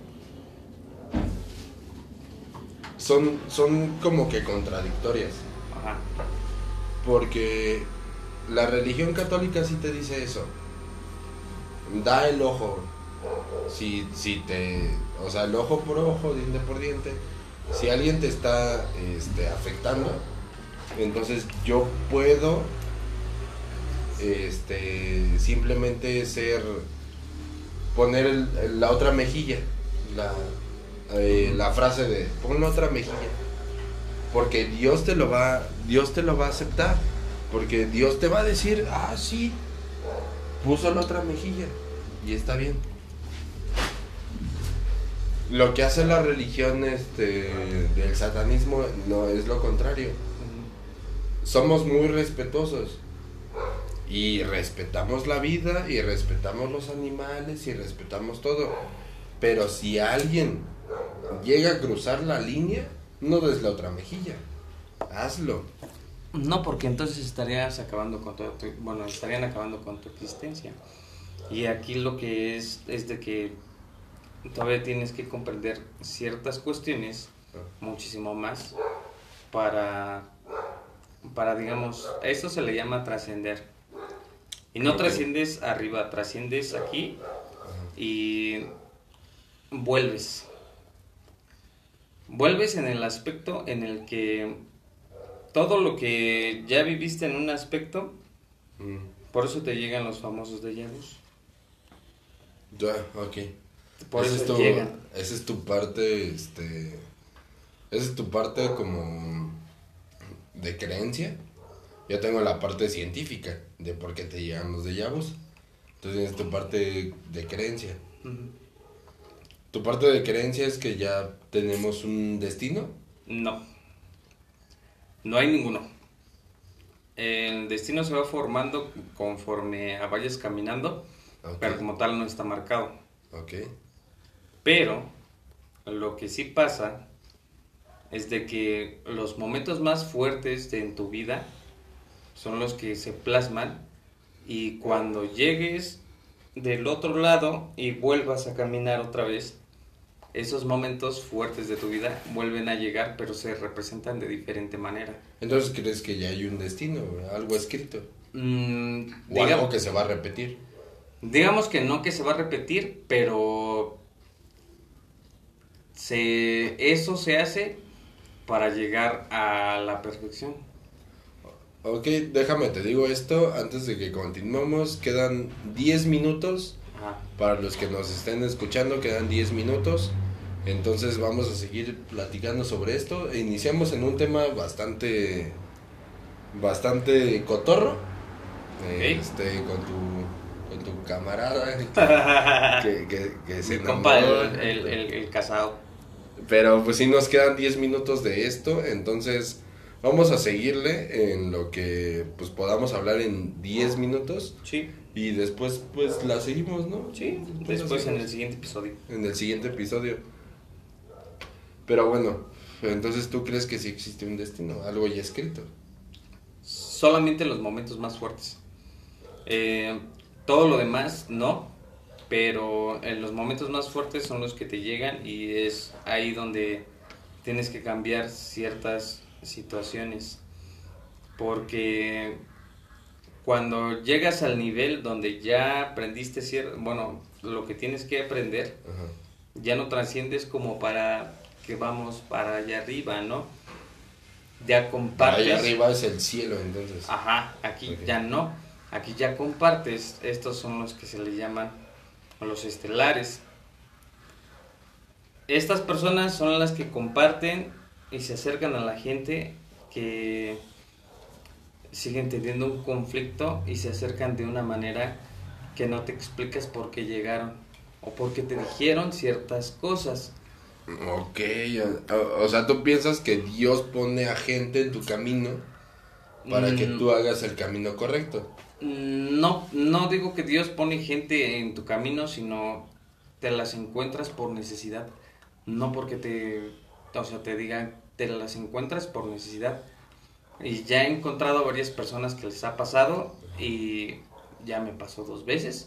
son, son como que contradictorias. Ajá. Porque la religión católica sí te dice eso. Da el ojo. Si, si te. O sea, el ojo por ojo, diente por diente. Si alguien te está este, afectando, entonces yo puedo este, simplemente ser. Poner el, la otra mejilla. La, eh, la frase de pon la otra mejilla. Porque Dios te lo va, Dios te lo va a aceptar. Porque Dios te va a decir, ah, sí, puso la otra mejilla y está bien. Lo que hace la religión este, del satanismo no es lo contrario. Somos muy respetuosos y respetamos la vida y respetamos los animales y respetamos todo. Pero si alguien llega a cruzar la línea, no des la otra mejilla, hazlo. No, porque entonces estarías acabando con toda tu, bueno, estarían acabando con tu existencia. Y aquí lo que es, es de que todavía tienes que comprender ciertas cuestiones, muchísimo más, para, para digamos, eso se le llama trascender. Y no trasciendes arriba, trasciendes aquí y vuelves. Vuelves en el aspecto en el que todo lo que ya viviste en un aspecto, mm. por eso te llegan los famosos déjà vus. Ya, ok. Por esa eso es tu, llegan. Esa es tu parte, este, esa es tu parte como de creencia. Yo tengo la parte científica de por qué te llegan los déjà vus. Entonces tienes tu parte de creencia. Uh-huh. ¿Tu parte de creencia es que ya tenemos un destino? No. No hay ninguno. El destino se va formando conforme vayas caminando, okay. Pero como tal no está marcado. Okay. Pero lo que sí pasa es de que los momentos más fuertes de, en tu vida son los que se plasman, y cuando llegues del otro lado y vuelvas a caminar otra vez, esos momentos fuertes de tu vida vuelven a llegar, pero se representan de diferente manera. Entonces, ¿crees que ya hay un destino, algo escrito? Mm, ¿O digamos, algo que se va a repetir? Digamos que no que se va a repetir, pero se, eso se hace para llegar a la perfección. Ok, déjame te digo esto antes de que continuemos. Quedan diez minutos. Ajá. Para los que nos estén escuchando, quedan diez minutos. Entonces vamos a seguir platicando sobre esto. Iniciamos en un tema bastante bastante cotorro. Okay. Este, con tu con tu camarada que, que, que se Mi compa, el, el, el, el casado. Pero pues sí nos quedan diez minutos de esto, entonces vamos a seguirle en lo que pues podamos hablar en diez minutos. Sí. Y después pues la seguimos, ¿no? Sí, después, después en el siguiente episodio. En el siguiente episodio. Pero bueno, entonces ¿tú crees que sí existe un destino? Algo ya escrito. Solamente en los momentos más fuertes. Eh, todo lo demás no, pero en los momentos más fuertes son los que te llegan, y es ahí donde tienes que cambiar ciertas situaciones, porque cuando llegas al nivel donde ya aprendiste cierto, bueno, lo que tienes que aprender, uh-huh. ya no trasciendes como para que vamos para allá arriba, ¿no? Ya compartes. Para allá arriba es el cielo, entonces. Ajá, aquí okay. ya no, aquí ya compartes. Estos son los que se le llaman los estelares. Estas personas son las que comparten y se acercan a la gente que siguen teniendo un conflicto, y se acercan de una manera que no te explicas por qué llegaron o por qué te dijeron ciertas cosas. Ok, o, o sea, tú piensas que Dios pone a gente en tu camino para Mm. que tú hagas el camino correcto. No, no digo que Dios pone gente en tu camino, sino te las encuentras por necesidad. No porque te, o sea, te digan, te las encuentras por necesidad. Y ya he encontrado a varias personas que les ha pasado y ya me pasó dos veces.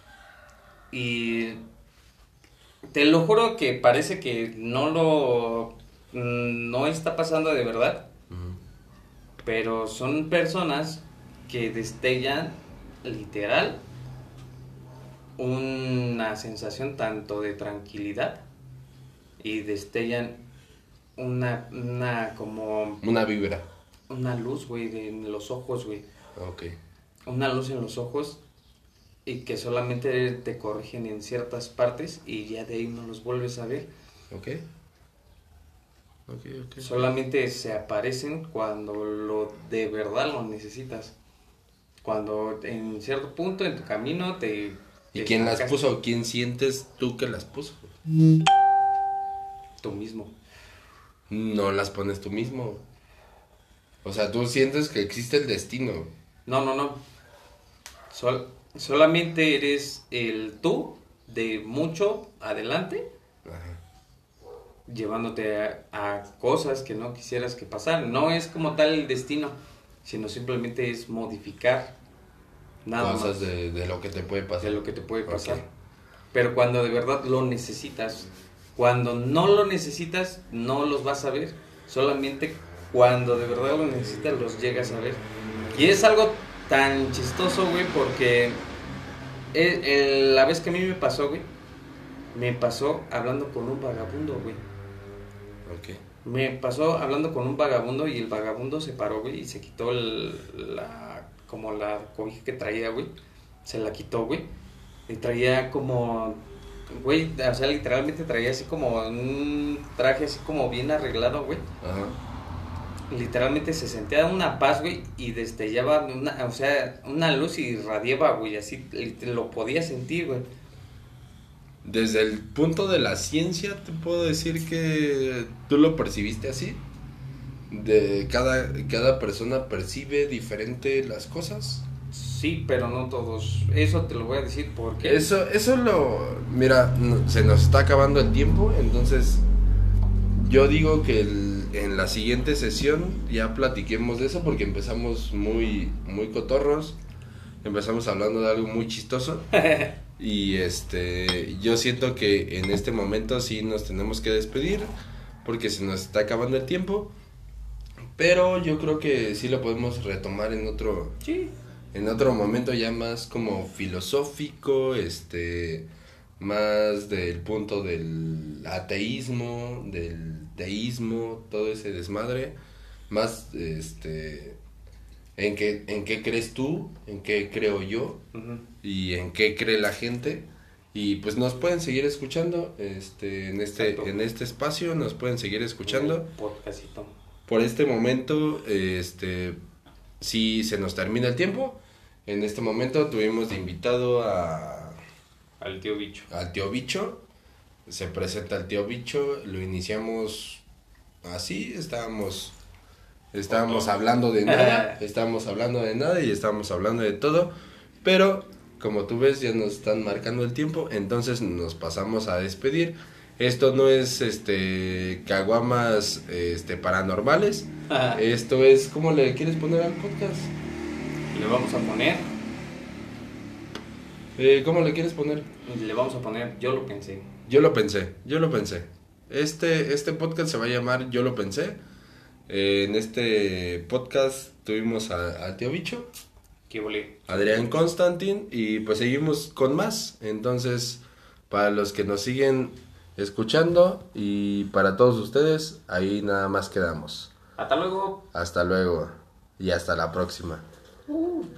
Y te lo juro que parece que no lo, no está pasando de verdad. Ujú. Pero son personas que destellan literal una sensación tanto de tranquilidad y destellan una, una como Una vibra. una luz, güey, de- en los ojos, güey. Ok. Una luz en los ojos y que solamente te corrigen en ciertas partes y ya de ahí no los vuelves a ver. Ok. Ok, ok. Solamente se aparecen cuando lo de verdad lo necesitas. Cuando en cierto punto en tu camino te... ¿Y te quién las estancaste. puso? ¿Quién sientes tú que las puso? Tú mismo. No las pones tú mismo. O sea, tú sientes que existe el destino. No, no, no. Sol- solamente eres el tú de mucho adelante, Ajá. llevándote a, a cosas que no quisieras que pasaran. No es como tal el destino, sino simplemente es modificar nada Cosas más de, de lo que te puede pasar. de lo que te puede pasar. Ok. Pero cuando de verdad lo necesitas, cuando no lo necesitas, no los vas a ver. Solamente cuando de verdad lo necesitas, los llegas a ver. Y es algo tan chistoso, güey, porque el- el- la vez que a mí me pasó, güey, me pasó hablando con un vagabundo, güey. Ok. Me pasó hablando con un vagabundo y el vagabundo se paró, güey, y se quitó el- la, como la cobija que traía, güey. Se la quitó, güey. Y traía como, güey, o sea, literalmente traía así como un traje así como bien arreglado, güey. Ajá. Literalmente se sentía una paz, güey, y destellaba una, o sea, una luz y irradiaba, güey, así lit- lo podía sentir, güey. Desde el punto de la ciencia, te puedo decir que tú lo percibiste así. De cada, cada persona percibe diferente las cosas. Sí, pero no todos. Eso te lo voy a decir porque... Eso, eso lo... Mira, no- se nos está acabando el tiempo, entonces yo digo que el- en la siguiente sesión ya platiquemos de eso porque empezamos muy, muy cotorros, empezamos hablando de algo muy chistoso y este, yo siento que en este momento sí nos tenemos que despedir porque se nos está acabando el tiempo, pero yo creo que sí lo podemos retomar en otro... Sí. En otro momento ya más como filosófico, este, más del punto del ateísmo, del teísmo, todo ese desmadre, más, este, en qué, en qué crees tú, en qué creo yo Ujú. y en qué cree la gente. Y pues nos pueden seguir escuchando, este, en este, Exacto. en este espacio nos pueden seguir escuchando. Podcastito. Por este momento, este, si se nos termina el tiempo, en este momento tuvimos de invitado a, Al tío bicho. al tío Bicho, se presenta el tío Bicho, lo iniciamos así, estábamos, estábamos hablando de nada, estábamos hablando de nada y estábamos hablando de todo, pero como tú ves ya nos están marcando el tiempo, entonces nos pasamos a despedir. Esto no es este caguamas este paranormales. Esto es, ¿cómo le quieres poner al podcast? Le vamos a poner... Eh, ¿cómo le quieres poner? Le vamos a poner... Yo lo pensé. Yo lo pensé, yo lo pensé. Este, este podcast se va a llamar Yo lo pensé. Eh, en este podcast tuvimos a, a Tío Bicho, ¿Qué volé? Adrián Constantin y pues seguimos con más. Entonces, para los que nos siguen escuchando y para todos ustedes, ahí nada más quedamos. Hasta luego. Hasta luego y hasta la próxima.